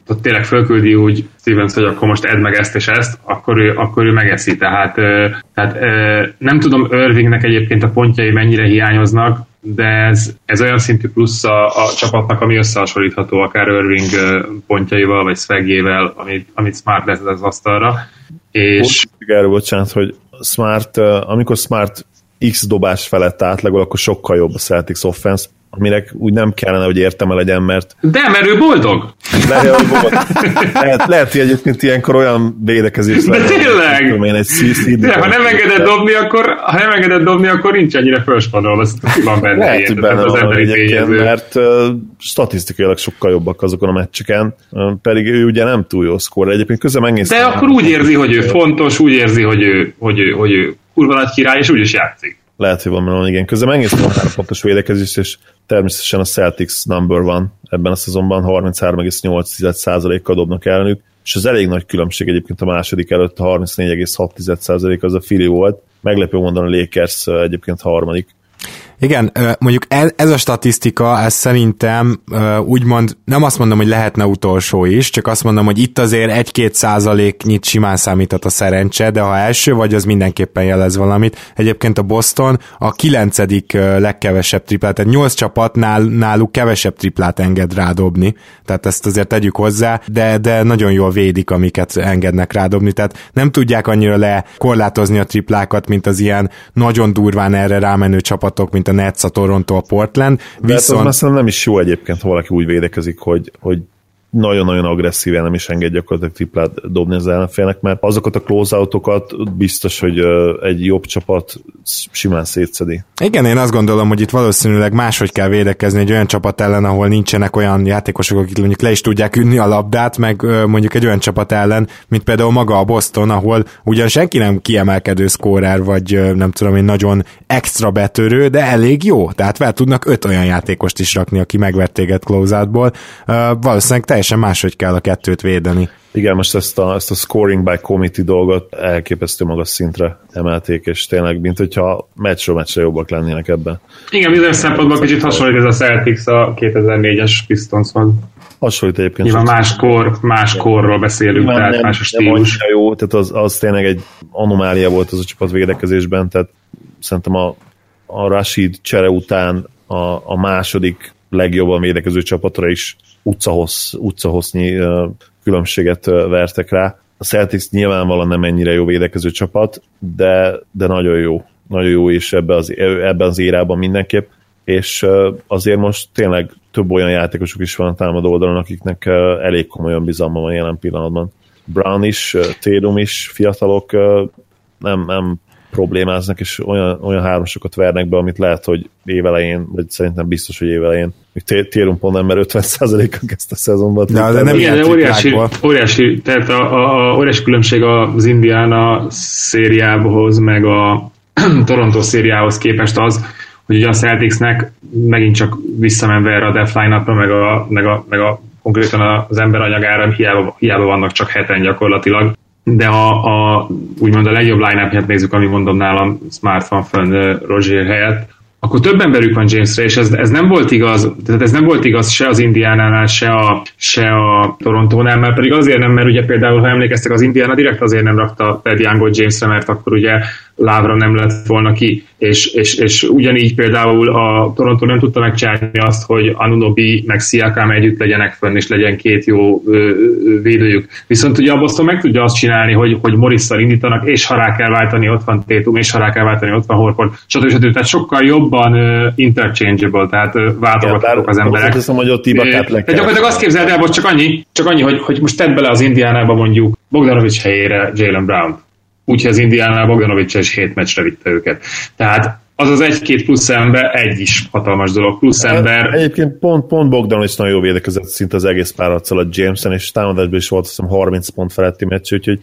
ott tényleg fölküldi úgy Stevens, hogy akkor most edd meg ezt és ezt, akkor ő, akkor ő megeszi. Tehát, tehát nem tudom Irvingnek egyébként a pontjai mennyire hiányoznak, de ez, ez olyan szintű plusz a, a csapatnak, ami összehasonlítható akár Irving pontjaival, vagy swagjével, amit, amit Smart lesz az asztalra. És... Erről bocsánat, hogy Smart, amikor Smart X dobás felett átlagol, akkor sokkal jobb a Celtics offense, aminek úgy nem kellene, hogy értelme legyen, mert... De, mert ő boldog! Lehet, hogy lehet, lehet, hogy egyébként ilyenkor olyan védekezés de lehet. Tényleg! Tudom én, egy szí- de, ha nem engeded dobni, akkor, ha nem engeded dobni, akkor nincs ennyire fölspanolva. Ez van benne. Lehet, hogy benne az van egyébként, mert uh, statisztikailag sokkal jobbak azokon a meccseken, uh, pedig ő ugye nem túl jó szkóra. Egyébként közben megnéztem. De akkor úgy érzi, hogy ő fontos, úgy érzi, hogy ő, hogy ő, hogy ő kurva nagy király, és úgy is játszik. Lehet, hogy van benne, igen. Közben megnéztem a három pontos védekezést, és természetesen a Celtics number van ebben a szezonban, harminchárom egész nyolc százalékkal dobnak ellenük, és az elég nagy különbség egyébként a második előtt, a harmincnégy egész hat százalék az a Philly volt. Meglepő mondani, a Lakers egyébként harmadik. Igen, mondjuk ez a statisztika, ez szerintem úgymond, nem azt mondom, hogy lehetne utolsó is, csak azt mondom, hogy itt azért egy-két százaléknyit simán számíthat a szerencse, de ha első vagy, az mindenképpen jelez valamit. Egyébként a Boston a kilencedik legkevesebb triplát, tehát nyolc csapatnál náluk kevesebb triplát enged rádobni, tehát ezt azért tegyük hozzá, de, de nagyon jól védik, amiket engednek rádobni, tehát nem tudják annyira lekorlátozni a triplákat, mint az ilyen nagyon durván erre rámenő csapatok, mint a Nets, a Toronto, a Portland. Viszont... De ez nem is jó egyébként, ha valaki úgy védekezik, hogy, hogy nagyon-nagyon agresszíven nem is enged gyakorlatilag triplát dobni az ellenfélnek, mert azokat a close-outokat biztos, hogy egy jobb csapat simán szétszedi. Igen, én azt gondolom, hogy itt valószínűleg máshogy kell védekezni egy olyan csapat ellen, ahol nincsenek olyan játékosok, akik mondjuk le is tudják ünni a labdát, meg mondjuk egy olyan csapat ellen, mint például maga a Boston, ahol ugyan senki nem kiemelkedő szkórer, vagy nem tudom én, nagyon extra betörő, de elég jó. Tehát fel tudnak öt olyan játékost is rakni, aki megvert téged close-outból. Valószínűleg teljesen máshogy kell a kettőt védeni. Igen, most ezt a, ezt a scoring by committee dolgot elképesztő magas szintre emelték, és tényleg, mint hogyha meccsről meccsre jobbak lennének ebben. Igen, bizonyos szempontból kicsit hasonlít ez a Celtics a kétezer-négyes Pistonshoz. Hasonlít egyébként. Nyilván más kor, más korról beszélünk, tehát nem, más a stílus. Nem jó, tehát az, az tényleg egy anomália volt az a csapat védekezésben, tehát szerintem a, a Rashid csere után a, a második legjobban védekező csapatra is utcahossz, utcahosznyi uh, különbséget uh, vertek rá. A Celtics nyilvánvalóan nem ennyire jó védekező csapat, de, de nagyon jó. Nagyon jó is ebben az, ebben az érában mindenképp, és uh, azért most tényleg több olyan játékosok is van a támadó oldalon, akiknek uh, elég komolyan bizalma van jelen pillanatban. Brown is, uh, Tatum is, fiatalok uh, nem, nem problémáznak, és olyan, olyan hármasokat vernek be, amit lehet, hogy évelején, vagy szerintem biztos, hogy évelején még Tatum pont nem, mert ötven százalékon kezdte a szezonban. De, de nem ilyen óriási, óriási, tehát a, a, a óriási különbség az Indiana szériához, meg a Toronto szériához képest az, hogy ugye a Celticsnek megint csak visszamenve erre a depth line-upra, meg a, meg a, meg a konkrétan az ember anyagára hiába, hiába vannak csak heten gyakorlatilag, de a, a úgymond a legjobb line-upját nézzük, ami mondom nálam Smart van fönn Rozier helyett, akkor több emberük van Jamesre, és ez, ez nem volt igaz, tehát ez nem volt igaz se az Indiánánál, se a, se a Torontónál, mert pedig azért nem, mert ugye például, ha emlékeztek, az Indiana direkt azért nem rakta Ted Youngot Jamesre, mert akkor ugye lábra nem lett volna ki, és, és, és ugyanígy például a Toronto nem tudta megcsinálni azt, hogy Anunoby meg Siakam együtt legyenek fönn, és legyen két jó ö, ö, védőjük. Viszont ugye a Boston meg tudja azt csinálni, hogy, hogy Morrisszal indítanak, és ha rá kell váltani, ott van Tatum, és ha rá kell váltani, ott van Horford, stb. stb. Tehát sokkal jobban uh, interchangeable, tehát uh, váltogathatók az emberek. Azt hiszem, hogy ott Ibakát le kell. Gyakorlatilag azt képzeld el, most csak annyi, csak annyi hogy, hogy most tedd bele az Indiánába mondjuk Bogdanovics helyére Jaylen Brown. Úgyhogy az Indiánál Bogdanovics is hét meccsre vitte őket. Tehát az az egy-két plusz ember, egy is hatalmas dolog, plusz ember. Egyébként pont, pont Bogdanovics nagyon jó védekezett szinte az egész párharccal a Jameson, és támadásban is volt azt hiszem harminc pont feletti meccs, úgyhogy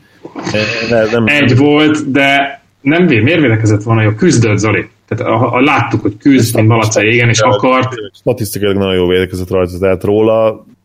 ne, nem, egy nem. volt, de nem vér, miért védekezett volna jó? Küzdött, Zoli. Tehát a, a, láttuk, hogy küzd, mint malaca égen, és akart. Statisztikailag nagyon jó védekezett rajta, tehát róla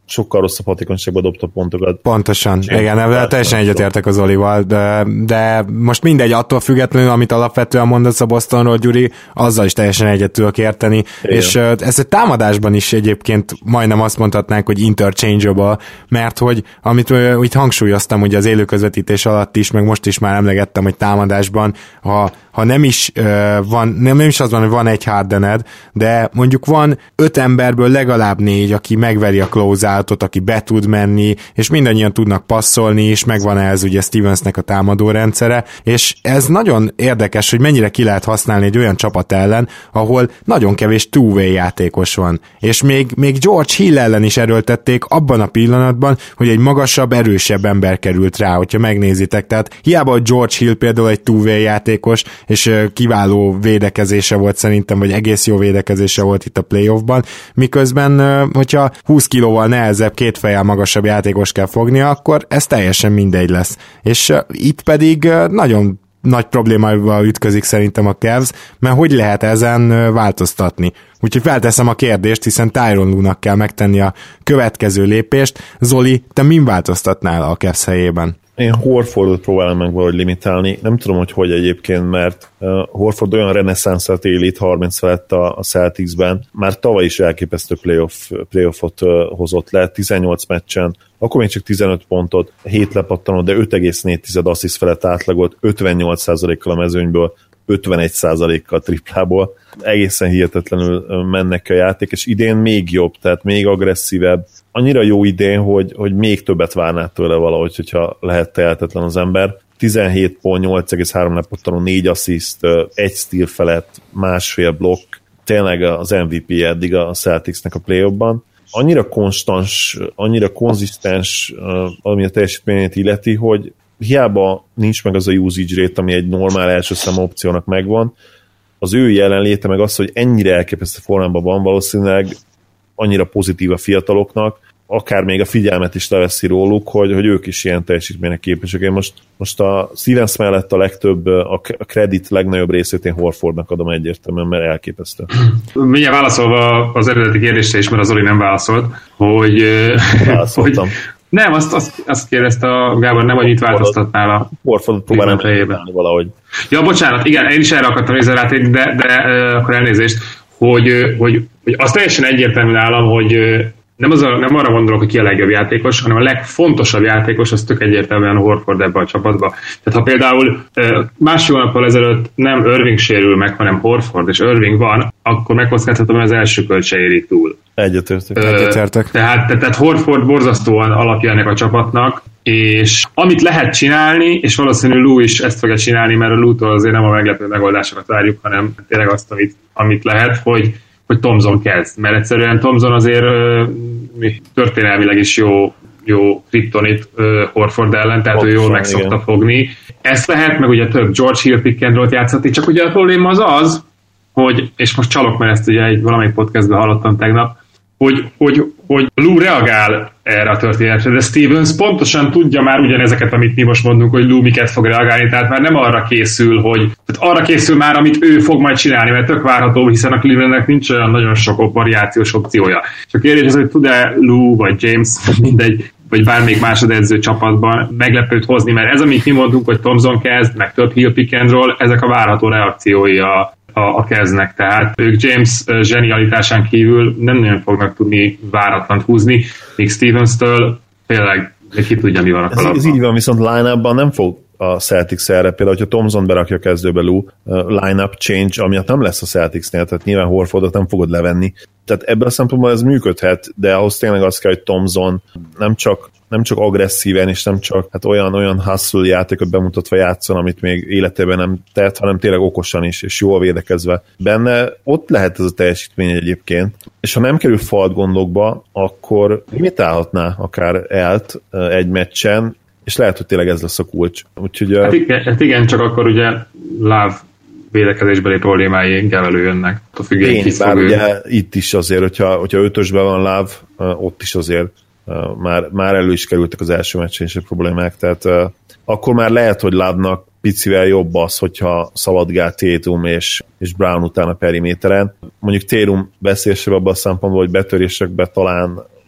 sokkal rosszabb hatékonyságban dobta pontokat. Pontosan, Csim, igen, ebben teljesen egyetértek az Olival, de, de most mindegy, attól függetlenül, amit alapvetően mondasz a Bostonról, Gyuri, azzal is teljesen egyet tudok érteni, igen. És ez egy támadásban is egyébként majdnem azt mondhatnánk, hogy interchangeable, mert hogy amit uh, itt hangsúlyoztam, hogy az élőközvetítés alatt is, meg most is már emlegettem, hogy támadásban, ha, ha nem is uh, van, nem, nem is az van, hogy van egy Hardened, de mondjuk van öt emberből legalább négy, aki megveri a close-outot, aki be tud menni, és mindannyian tudnak passzolni, és megvan ez ugye Stevensnek a támadó rendszere, és ez nagyon érdekes, hogy mennyire ki lehet használni egy olyan csapat ellen, ahol nagyon kevés two-way játékos van. És még, még George Hill ellen is erőltették abban a pillanatban, hogy egy magasabb, erősebb ember került rá, hogyha megnézitek. Tehát hiába, hogy George Hill például egy two-way játékos, és kiváló védekezése volt szerintem, vagy egész jó védekezése volt itt a playoffban, miközben, hogyha húsz kilóval nehezebb, két fejjel magasabb játékos kell fognia, akkor ez teljesen mindegy lesz. És itt pedig nagyon nagy problémával ütközik szerintem a Cavs, mert hogy lehet ezen változtatni? Úgyhogy felteszem a kérdést, hiszen Tyronn Lue-nak kell megtenni a következő lépést. Zoli, te min változtatnál a Cavs helyében? Én Horfordot próbálom meg valahogy limitálni. Nem tudom, hogy hogy egyébként, mert uh, Horford olyan reneszánszat él itt harminc felett a, a Celticsben. Már tavaly is elképesztő playoff, playoffot uh, hozott le, tizennyolc meccsen, akkor még csak tizenöt pontot, hét lepattanó, de öt egész négy assziszt felett átlagolt, ötvennyolc százalékkal a mezőnyből, ötvenegy százalékkal triplából. Egészen hihetetlenül mennek a játék, és idén még jobb, tehát még agresszívebb. Annyira jó idén, hogy, hogy még többet várnál tőle valahogy, hogyha lehet tehetetlen az ember. tizenhét pont, nyolc egész három lepattanó, négy assziszt, egy steal felett, másfél blokk. Tényleg az em vé pé eddig a Celticsnek a play-offban. Annyira konstans, annyira konzisztens, ami a teljesítményét illeti, hogy hiába nincs meg az a usage rate, ami egy normál első számú opciónak megvan, az ő jelenléte meg az, hogy ennyire elképesztő formában van, valószínűleg annyira pozitív a fiataloknak, akár még a figyelmet is leveszi róluk, hogy, hogy ők is ilyen teljesítménynek képesek. Én most, most a Stevens mellett a legtöbb, a kredit legnagyobb részét én Horfordnak adom egyértelműen, mert elképesztő. Mindjárt válaszolva az eredeti kérdésre is, mert az Zoli nem válaszolt, hogy... Válaszoltam. hogy nem, azt, azt, azt kérdezte a Gábor, nem, hogy mit változtatnál a Horfordot próbálnám megtalálni valahogy. Ja, bocsánat, igen, én is erre akartam nézni rátérni, de, de akkor elnézést, hogy, hogy, hogy az teljesen egyértelmű nálam, hogy nem, az a, nem arra gondolok, hogy ki a legjobb játékos, hanem a legfontosabb játékos, az tök egyértelműen a Horford ebbe a csapatba. Tehát ha például másfél hónappal ezelőtt nem Irving sérül meg, hanem Horford, és Irving van, akkor megkockáztatom, hogy az első költ se érik túl. Egyetértek. Egyetértek. Tehát, tehát Horford borzasztóan alapja ennek a csapatnak, és amit lehet csinálni, és valószínű Lue is ezt fogja csinálni, mert a Lue-tól azért nem a meglepő megoldásokat várjuk, hanem tényleg azt, amit, amit lehet, hogy hogy Thompson kezd, mert egyszerűen Thompson azért uh, történelmileg is jó, jó kriptonit uh, Horford ellen, tehát Pontosan, ő jól meg szokta fogni. Ezt lehet, meg ugye több George Hill pick and roll-t játszani, csak ugye a probléma az az, hogy, és most csalok, mert ezt ugye egy valamelyik podcastben hallottam tegnap, hogy, hogy, hogy Lue reagál erre a történetre, de Stevens pontosan tudja már ugyanezeket, amit mi most mondunk, hogy Lue miket fog reagálni, tehát már nem arra készül, hogy tehát arra készül már, amit ő fog majd csinálni, mert tök várható, hiszen a Clevelandnek nincs olyan nagyon sok variációs opciója. Csak kérdés az, hogy tud-e Lue vagy James, mindegy, vagy bármelyik másodedző csapatban meglepőt hozni, mert ez, amit mi mondunk, hogy Thompson kezd, meg több Hill pick and roll, ezek a várható reakciói a a keznek, tehát ők James zsenialitásán kívül nem nagyon fognak tudni váratlant húzni, míg Stevens-től tényleg ki tudja, mi van a kalapban. Ez, ez így van, viszont line-upban nem fog a Celtics erre, például, hogyha Thompson berakja a kezdőbe Lue, line-up change, amiatt nem lesz a Celticsnél, tehát nyilván Horfordot nem fogod levenni. Tehát ebből a szempontból ez működhet, de ahhoz tényleg az kell, hogy Thompson nem csak, nem csak agresszíven, és nem csak hát olyan, olyan hustle játékot bemutatva játszon, amit még életében nem tett, hanem tényleg okosan is, és jól védekezve. Benne ott lehet ez a teljesítmény egyébként, és ha nem kerül falt gondokba, akkor limitálhatná akár Elt egy meccsen, és lehet, hogy tényleg ez lesz a kulcs. Úgyhogy, hát, igen, hát igen, csak akkor ugye Love védekezésbeli problémái inkább előjönnek. Én, bár ugye itt is azért, hogyha, hogyha ötösben van Love, ott is azért már, már elő is kerültek az első meccsen is a problémák, tehát akkor már lehet, hogy Love-nak picivel jobb az, hogyha szaladgál Tatum és, és Brown után a periméteren. Mondjuk Tatum veszélyesebb abban a szempontból, hogy betörésekbe talán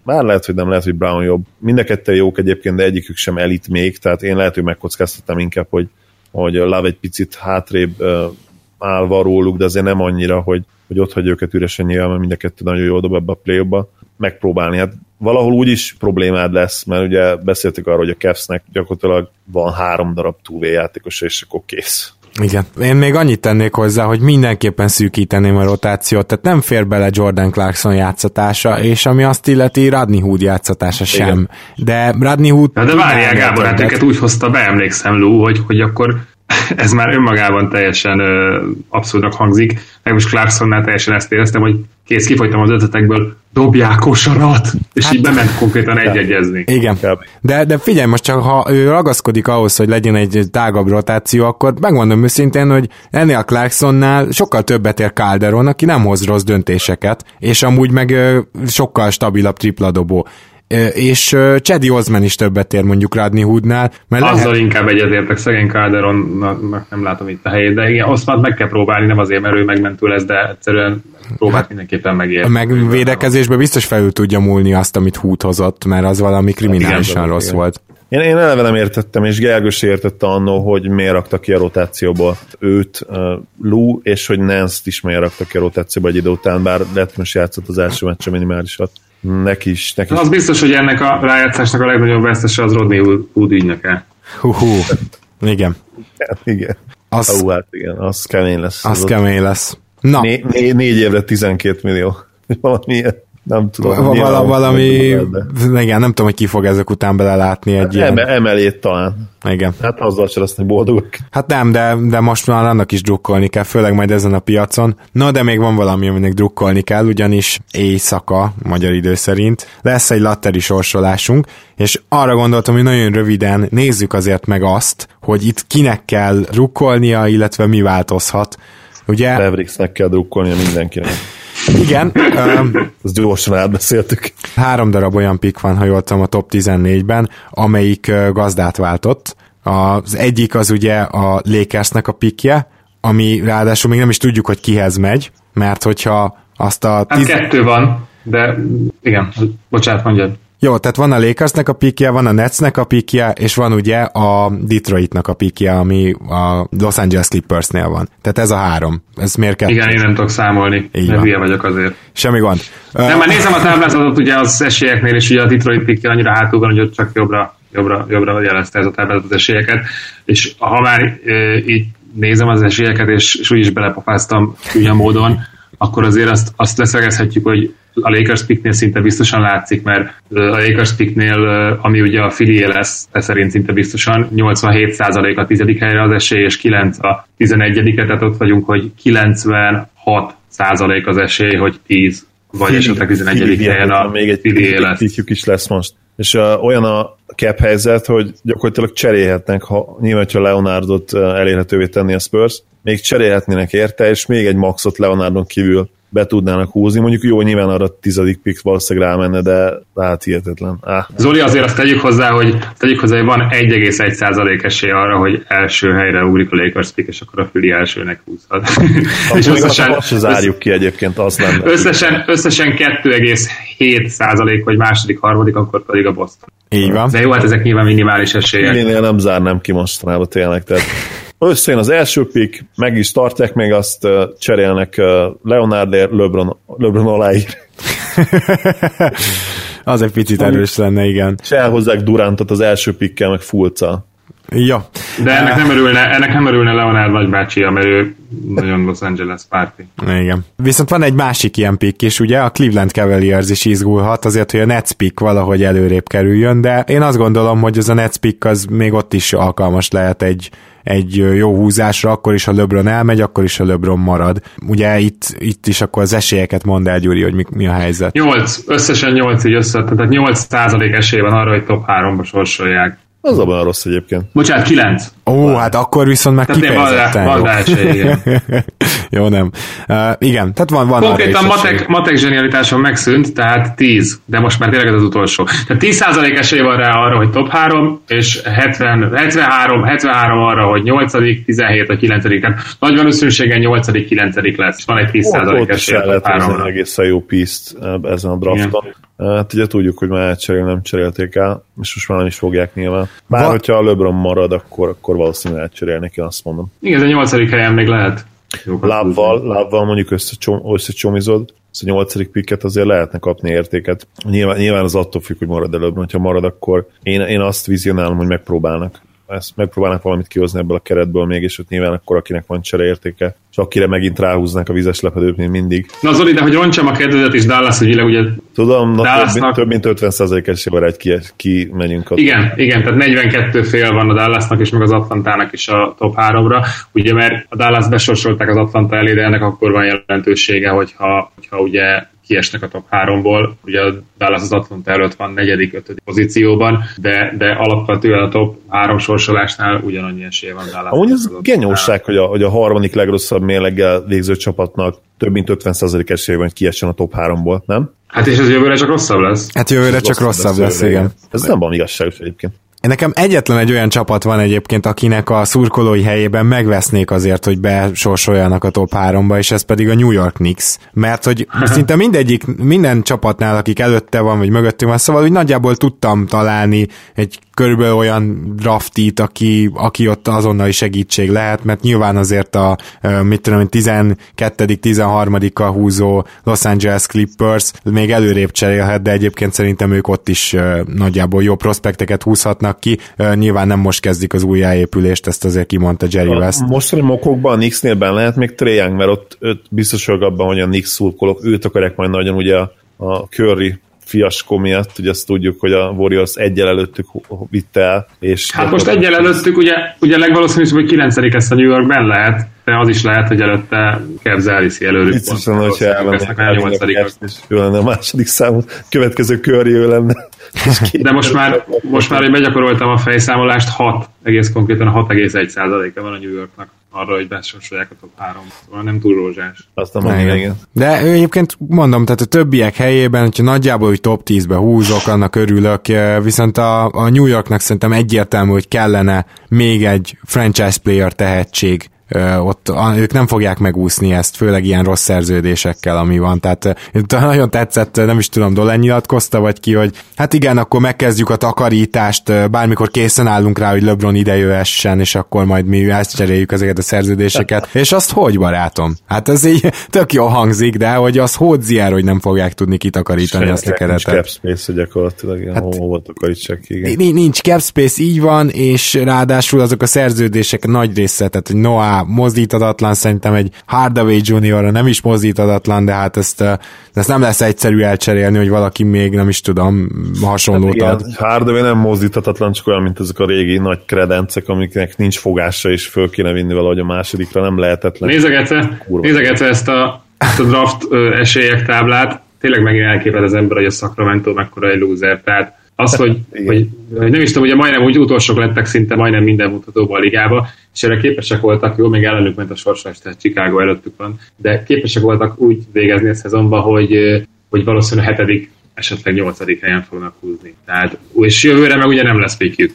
már lehet, hogy nem, lehet, hogy Brown jobb. Mind a ketten jók egyébként, de egyikük sem elit még, tehát én lehet, hogy megkockáztattam inkább, hogy, hogy Love egy picit hátrébb uh, állva róluk, de azért nem annyira, hogy, hogy ott hagyja őket üresen nyilván, mert mind a kettő nagyon jó dob ebbe a play-ba. Megpróbálni. Hát valahol úgyis problémád lesz, mert ugye beszéltük arról, hogy a Cavsnek gyakorlatilag van három darab two-way játékosa, és akkor kész. Igen. Én még annyit tennék hozzá, hogy mindenképpen szűkíteném a rotációt, tehát nem fér bele Jordan Clarkson játszatása, és ami azt illeti Rodney Hood játszatása sem. Igen. De Rodney Hood... De, de várjál, Gábor, hát őket úgy hozta be, emlékszem, Lou, hogy, hogy akkor ez már önmagában teljesen ö, abszurdnak hangzik, meg most Clarksonnál teljesen ezt éreztem, hogy kész, kifogytam az ötletekből, dobják kosarat, és hát, így bement konkrétan egy-egyezni. Igen, de, de figyelj, most csak ha ő ragaszkodik ahhoz, hogy legyen egy tágabb rotáció, akkor megmondom őszintén, hogy ennél a Clarksonnál sokkal többet ér Calderon, aki nem hoz rossz döntéseket, és amúgy meg ö, sokkal stabilabb tripladobó. És Cedi Osman is többet ér mondjuk Rodney Hoodnál. Mert azzal lehet... inkább egyetértek, szegény Calderonnak nem látom itt a helyét, de igen, Osmant meg kell próbálni, nem azért, mert ő megmentő lesz, de egyszerűen próbált hát, mindenképpen megérni. A megvédekezésben biztos felül tudja múlni azt, amit Hood hozott, mert az valami kriminálisan igen, rossz igen. volt. Én, én eleve nem értettem, és Gergős értette annó, hogy miért raktak ki a rotációba őt, uh, Lou, és hogy Nance-t is miért raktak ki a rotációba egy idő után, bár lehet most játszott az első meccsen minimálisat. Neki is, neki az is. Biztos, hogy ennek a rájátszásnak a legnagyobb vesztese az Rodney Hood ügynöke. Hú, hú. Igen. Igen. Az, Hú, hát igen, az kemény lesz. Az, az kemény lesz. Na. Né, né, négy évre tizenkét millió. Valami nem tudom. Val- val- valami, igen, nem tudom, hogy ki fog ezek után belelátni egy hát ilyen. Emel, emelét talán. Igen. Hát azzal se lesznek boldogok. Hát nem, de, de most már annak is drukkolni kell, főleg majd ezen a piacon. Na, de még van valami, aminek drukkolni kell, ugyanis éjszaka, magyar idő szerint, lesz egy latteri sorsolásunk, és arra gondoltam, hogy nagyon röviden nézzük azért meg azt, hogy itt kinek kell drukkolnia, illetve mi változhat. Ugye? Levericksnek kell drukkolnia mindenkinek. Igen. Um, Ezt gyorsan átbeszéltük. Három darab olyan pick van, ha jól tudom, a top tizennégyben, amelyik uh, gazdát váltott. Az egyik az ugye a Lakersnek a pickje, ami ráadásul még nem is tudjuk, hogy kihez megy, mert hogyha azt a... Tiz... Hát kettő van, de igen, bocsánat, mondjad. Jó, tehát van a Lakersnek a pickje, van a Netsnek a pickje, és van ugye a Detroitnak a pickje, ami a Los Angeles Clippersnél van. Tehát ez a három. Ez miért kettő? Igen, én nem tudok számolni, mert hülye vagyok azért. Semmi gond. Nem, már nézem a táblázatot, ugye az esélyeknél, és ugye a Detroit pickje annyira hátul van, hogy ott csak jobbra, jobbra, jobbra jelezte ez a táblázat az esélyeket, és ha már e, így nézem az esélyeket, és, és úgy is belepofáztam ügyen módon, akkor azért azt, azt leszögezhetjük, hogy a Lakers picknél szinte biztosan látszik, mert a Lakers picknél, ami ugye a Philly lesz, ez szerint szinte biztosan nyolcvanhét százalék a tizedik helyre az esély, és kilenc a tizenegyedike, tehát ott vagyunk, hogy kilencvenhat százalék az esély, hogy tíz vagy esetleg tizenegyedik helyen a még egy Philly lesz. Pickjük is lesz most. És uh, olyan a cap helyzet, hogy gyakorlatilag cserélhetnek, ha nyilván, hogyha Leonardot uh, elérhetővé tenni a Spurs, még cserélhetnének érte, és még egy maxot Leonardon kívül be tudnának húzni. Mondjuk jó, nyilván arra a tizedik pick valószínűleg rámenne, de hát hihetetlen. Ah. Zoli, azért azt tegyük hozzá, hogy tegyük hozzá, hogy van egy egész egy százalék esély arra, hogy első helyre ugrik a Lakers pick, és akkor a Philly elsőnek húzhat. És összesen, azt se zárjuk ki egyébként, az lenne. Összesen, összesen kettő egész hét százalék, vagy második, harmadik, akkor pedig a Boston. Így van. De jó, hát ezek nyilván minimális esélyek. Én nem zárnám ki mostanában tényleg, tehát összejön az első pick, meg is tartják, még azt uh, cserélnek uh, Leonardért, LeBron, LeBron aláír. Az egy picit erős lenne, igen. És elhozzák Durantot az első pickkel, meg Fulccal. Ja. De ennek nem örülne, ennek nem örülne Leonard nagybácsia, mert ő nagyon Los Angeles párti. Igen. Viszont van egy másik ilyen pick is, ugye, a Cleveland Cavaliers is izgulhat, azért, hogy a Nets pick valahogy előrébb kerüljön, de én azt gondolom, hogy az a Nets pick az még ott is alkalmas lehet egy egy jó húzásra, akkor is, ha LeBron elmegy, akkor is, ha LeBron marad. Ugye itt, itt is akkor az esélyeket mondd el, Gyuri, hogy mi, mi a helyzet. nyolc, összesen nyolc így össze, tehát nyolc százalék esély van arra, hogy top háromba sorsolják. Az a olyan rossz egyébként. Bocsánat, kilenc. Ó, hát akkor viszont meg kifejezetten jó. Van rá esély, igen. Jó, nem. Uh, igen, tehát van, van konkrétan matek, matek zsenialitáson megszűnt, tehát tíz, de most már tényleg ez az utolsó. Tehát tíz százalék esély van rá arra, hogy top három, és hetven, hetvenhárom, hetvenhárom arra, hogy nyolcadik, tizenhét a kilencedik. Tehát nagy valószínűséggel nyolcadik, kilencedik lesz. Van egy tíz százalék esély a top háromra. Egészen jó piszt ezen a drafton. Igen. Hát ugye tudjuk, hogy már cserél, nem cserélték el, és most már nem is fogják nyilván. Bár Va- hogyha a LeBron marad, akkor, akkor valószínűleg elcserélnek, én azt mondom. Igen, ez a nyolcadik helyen még lehet. Lábbal, lábbal mondjuk összecsom, összecsomizod, ezt a nyolcadik picket azért lehetne kapni értéket. Nyilván, nyilván az attól függ, hogy marad előbb, hogyha marad, akkor én, én azt vizionálom, hogy megpróbálnak. Ezt megpróbálnak valamit kihozni ebből a keretből még, és ott nyilván akkor akinek van csereértéke, és akire megint ráhúznák a vizes lepedőt, mint mindig. Na Zoli, de hogy roncsam a kedvedet is, Dallas ügyileg ugye... Tudom, na, több, több mint ötven százalék esélyvel egy ki, ki megyünk. Igen, igen, tehát negyvenkettő fél van a Dallasnak és meg az Atlantának is a top háromra, ugye mert a Dallas besorsolták az Atlanta elé, de ennek akkor van jelentősége, hogyha, hogyha ugye kiesnek a top háromból, ugye a Dallas az Atlanta előtt van negyedik, ötödik pozícióban, de, de alapvetően a top három sorsolásnál ugyanannyi esélye van Dallas. Amúgy ez genyóság, hogy a, hogy a harmadik legrosszabb mérleggel végző csapatnak több mint ötven százalék esélye van, hogy kiessen a top háromból, nem? Hát és ez jövőre csak rosszabb lesz? Hát jövőre csak rosszabb lesz, lesz igen. Ez nem van igazságos egyébként. Nekem egyetlen egy olyan csapat van egyébként, akinek a szurkolói helyében megvesznék azért, hogy besorsoljanak a top háromba, és ez pedig a New York Knicks. Mert hogy szinte mindegyik, minden csapatnál, akik előtte van, vagy mögöttünk van, szóval úgy nagyjából tudtam találni egy körülbelül olyan draftit, aki, aki ott azonnali segítség lehet, mert nyilván azért a mit tudom, tizenkettedik tizenharmadikkal húzó Los Angeles Clippers még előrébb cserélhet, de egyébként szerintem ők ott is nagyjából jó prospekteket húzhatnak ki. Nyilván nem most kezdik az újjáépülést, ezt azért kimondta Jerry West. Mostani mokokban a Knicksnél benne lehet még Trae Young, mert ott, ott biztos vagyok abban, hogy a Knicks szurkolók, őt akarják majd nagyon, ugye a, a Curry fiaskó miatt, ugye azt tudjuk, hogy a Warriors egyel előttük vitte el. És hát most egyel előttük, ugye, ugye legvalószínűbb, hogy kilencedik ezt a New Yorkben lehet, de az is lehet, hogy előtte Cavs elviszi előrük. Biztosan, hogyha elvennék, és ő lenne a második számú, következő Curry ő lenne. De most már, most már, hogy begyakoroltam a fejszámolást, hat, egész konkrétan hat egész egy százaléka van a New Yorknak arra, hogy besorsolják a top három. Szóval nem túl rózsás. Azt nem mondom, igen. De ő egyébként mondom, tehát a többiek helyében, hogyha nagyjából hogy top tízbe húzok, annak örülök, viszont a, a New Yorknak szerintem egyértelmű, hogy kellene még egy franchise player tehetség. Ott ők nem fogják megúszni ezt, főleg ilyen rossz szerződésekkel, ami van, tehát nagyon tetszett, nem is tudom, Dolan nyilatkozta, vagy ki, hogy hát igen, akkor megkezdjük a takarítást, bármikor készen állunk rá, hogy LeBron ide jöhessen, és akkor majd mi ezt cseréljük ezeket a szerződéseket, és azt hogy, barátom? Hát ez így tök jó hangzik, de hogy az hódziár, hogy nem fogják tudni kitakarítani Sen, azt a keretet. Nincs cap space, gyakorlatilag, hát, hova takarítsák, igen. Nincs cap space, így van, és ráadásul azok a szerződések nagy része, tehát hogy Noah mozdítatatlan, szerintem egy Hardaway juniorra nem is mozdítatatlan, de hát ezt, ezt nem lesz egyszerű elcserélni, hogy valaki még nem is tudom, hasonlót hát ad. Hardaway nem mozdítatatlan, csak olyan, mint ezek a régi nagy kredencek, amiknek nincs fogása, és föl kéne vinni valahogy a másodikra, nem lehetetlen. Nézegetve, nézegetve ezt, a, ezt a draft esélyek táblát, tényleg megint elképed az ember, hogy a Sacramento mekkora egy loser, tehát az, hogy, hogy, hogy nem is tudom, ugye majdnem úgy utolsók lettek szinte majdnem minden mutatóban a ligába, és erre képesek voltak, jó, még ellenük ment a sorsolás, tehát Chicago előttük van, de képesek voltak úgy végezni a szezonban, hogy, hogy valószínűleg a hetedik, esetleg nyolcadik helyen fognak húzni. Tehát, és jövőre meg ugye nem lesz pikjük.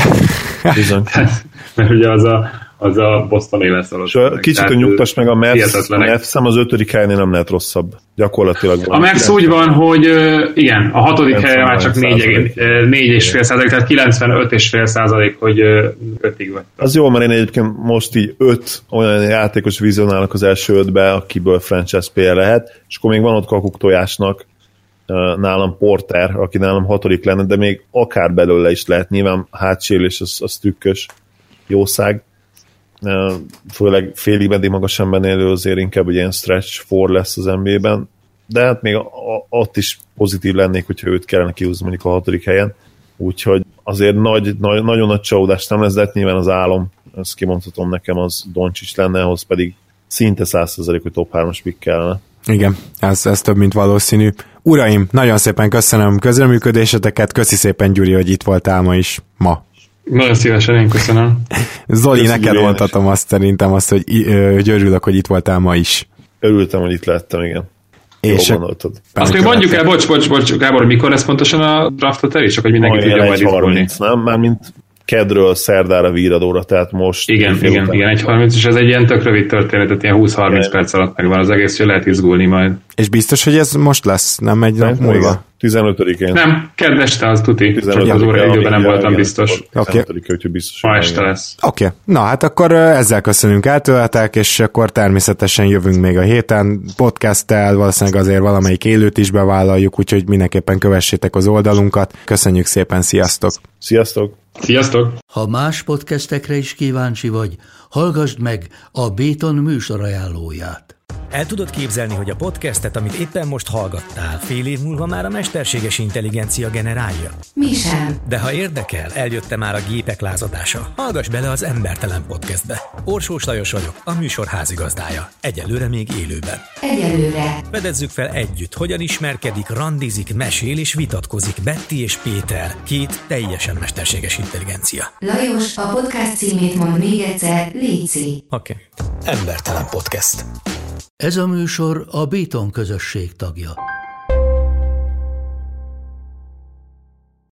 Bizony. Mert ugye az a, az a Boston-é lesz valószínűleg. Kicsit hogy nyugtass meg, a Mavs szám az ötödik helynél nem lehet rosszabb. Gyakorlatilag. A Mavs úgy van, hogy igen, a hatodik helyre már csak négy és fél százalék, tehát kilencvenöt és fél százalék, hogy ötig vagy. Az jó, mert én egyébként most így öt olyan játékos vizionálok az első ötbe, akiből franchise player lehet, és akkor még van ott kakuk tojásnak, nálam Porter, aki nálam hatodik lenne, de még akár belőle is lehet, nyilván hátsérülés az, az trükkös jószág, főleg félig meddig magas embernél azért inkább egy ilyen stretch four lesz az en bé á-ben, de hát még ott is pozitív lennék, hogyha őt kellene kihúzni mondjuk a hatodik helyen, úgyhogy azért nagy, nagy, nagyon nagy csalódás nem lesz, de hát nyilván az álom, ezt kimondhatom nekem, az Doncic lenne, ahhoz pedig szinte száz százalék, hogy top hármas pick kellene. Igen, ez, ez több, mint valószínű. Uraim, nagyon szépen köszönöm közreműködéseteket, köszi szépen, Gyuri, hogy itt voltál ma is, ma. Nagyon szívesen, én köszönöm. Zoli, köszönöm, neked mondhatom azt szerintem azt, hogy, hogy örülök, hogy itt voltál ma is. Örültem, hogy itt lettem, igen. És jól gondoltad. Azt még mondjuk el, bocs, bocs, bocs, Gábor, mikor lesz pontosan a draftot el is, csak hogy mindenki tudja majd izgulni. Nem, mármint kedről szerdára víradóra, tehát most... Igen, igen, igen, egy harminc, és ez egy ilyen tök rövid történet, tehát ilyen húsz-harminc perc alatt megvan az egész, hogy lehet izgulni majd. És biztos, hogy ez most lesz, nem egy nap múlva? tizenötödikén. Nem, kedd este az tuti, csak az óra időben nem voltam biztos. tizenötödikén, úgyhogy biztos, ma este lesz. Oké, okay. Na hát akkor ezzel köszönünk el tőletek, és akkor természetesen jövünk még a héten podcasttel, valószínűleg azért valamelyik élőt is bevállaljuk, úgyhogy mindenképpen kövessétek az oldalunkat. Köszönjük szépen, sziasztok! Sziasztok! Sziasztok! Ha más podcastekre is kíváncsi vagy, hallgassd meg a Béton műsor ajánlóját. El tudod képzelni, hogy a podcastet, amit éppen most hallgattál, fél év múlva már a mesterséges intelligencia generálja? Mi sem. De ha érdekel, eljött már a gépek lázadása. Hallgass bele az Embertelen Podcastbe. Orsós Lajos vagyok, a műsor házigazdája. Egyelőre még élőben. Egyelőre. Fedezzük fel együtt, hogyan ismerkedik, randizik, mesél és vitatkozik Betty és Péter, két teljesen mesterséges intelligencia. Lajos, a podcast címét mond még egyszer, léci. Oké. Okay. Embertelen Podcast. Ez a műsor a Béton közösség tagja.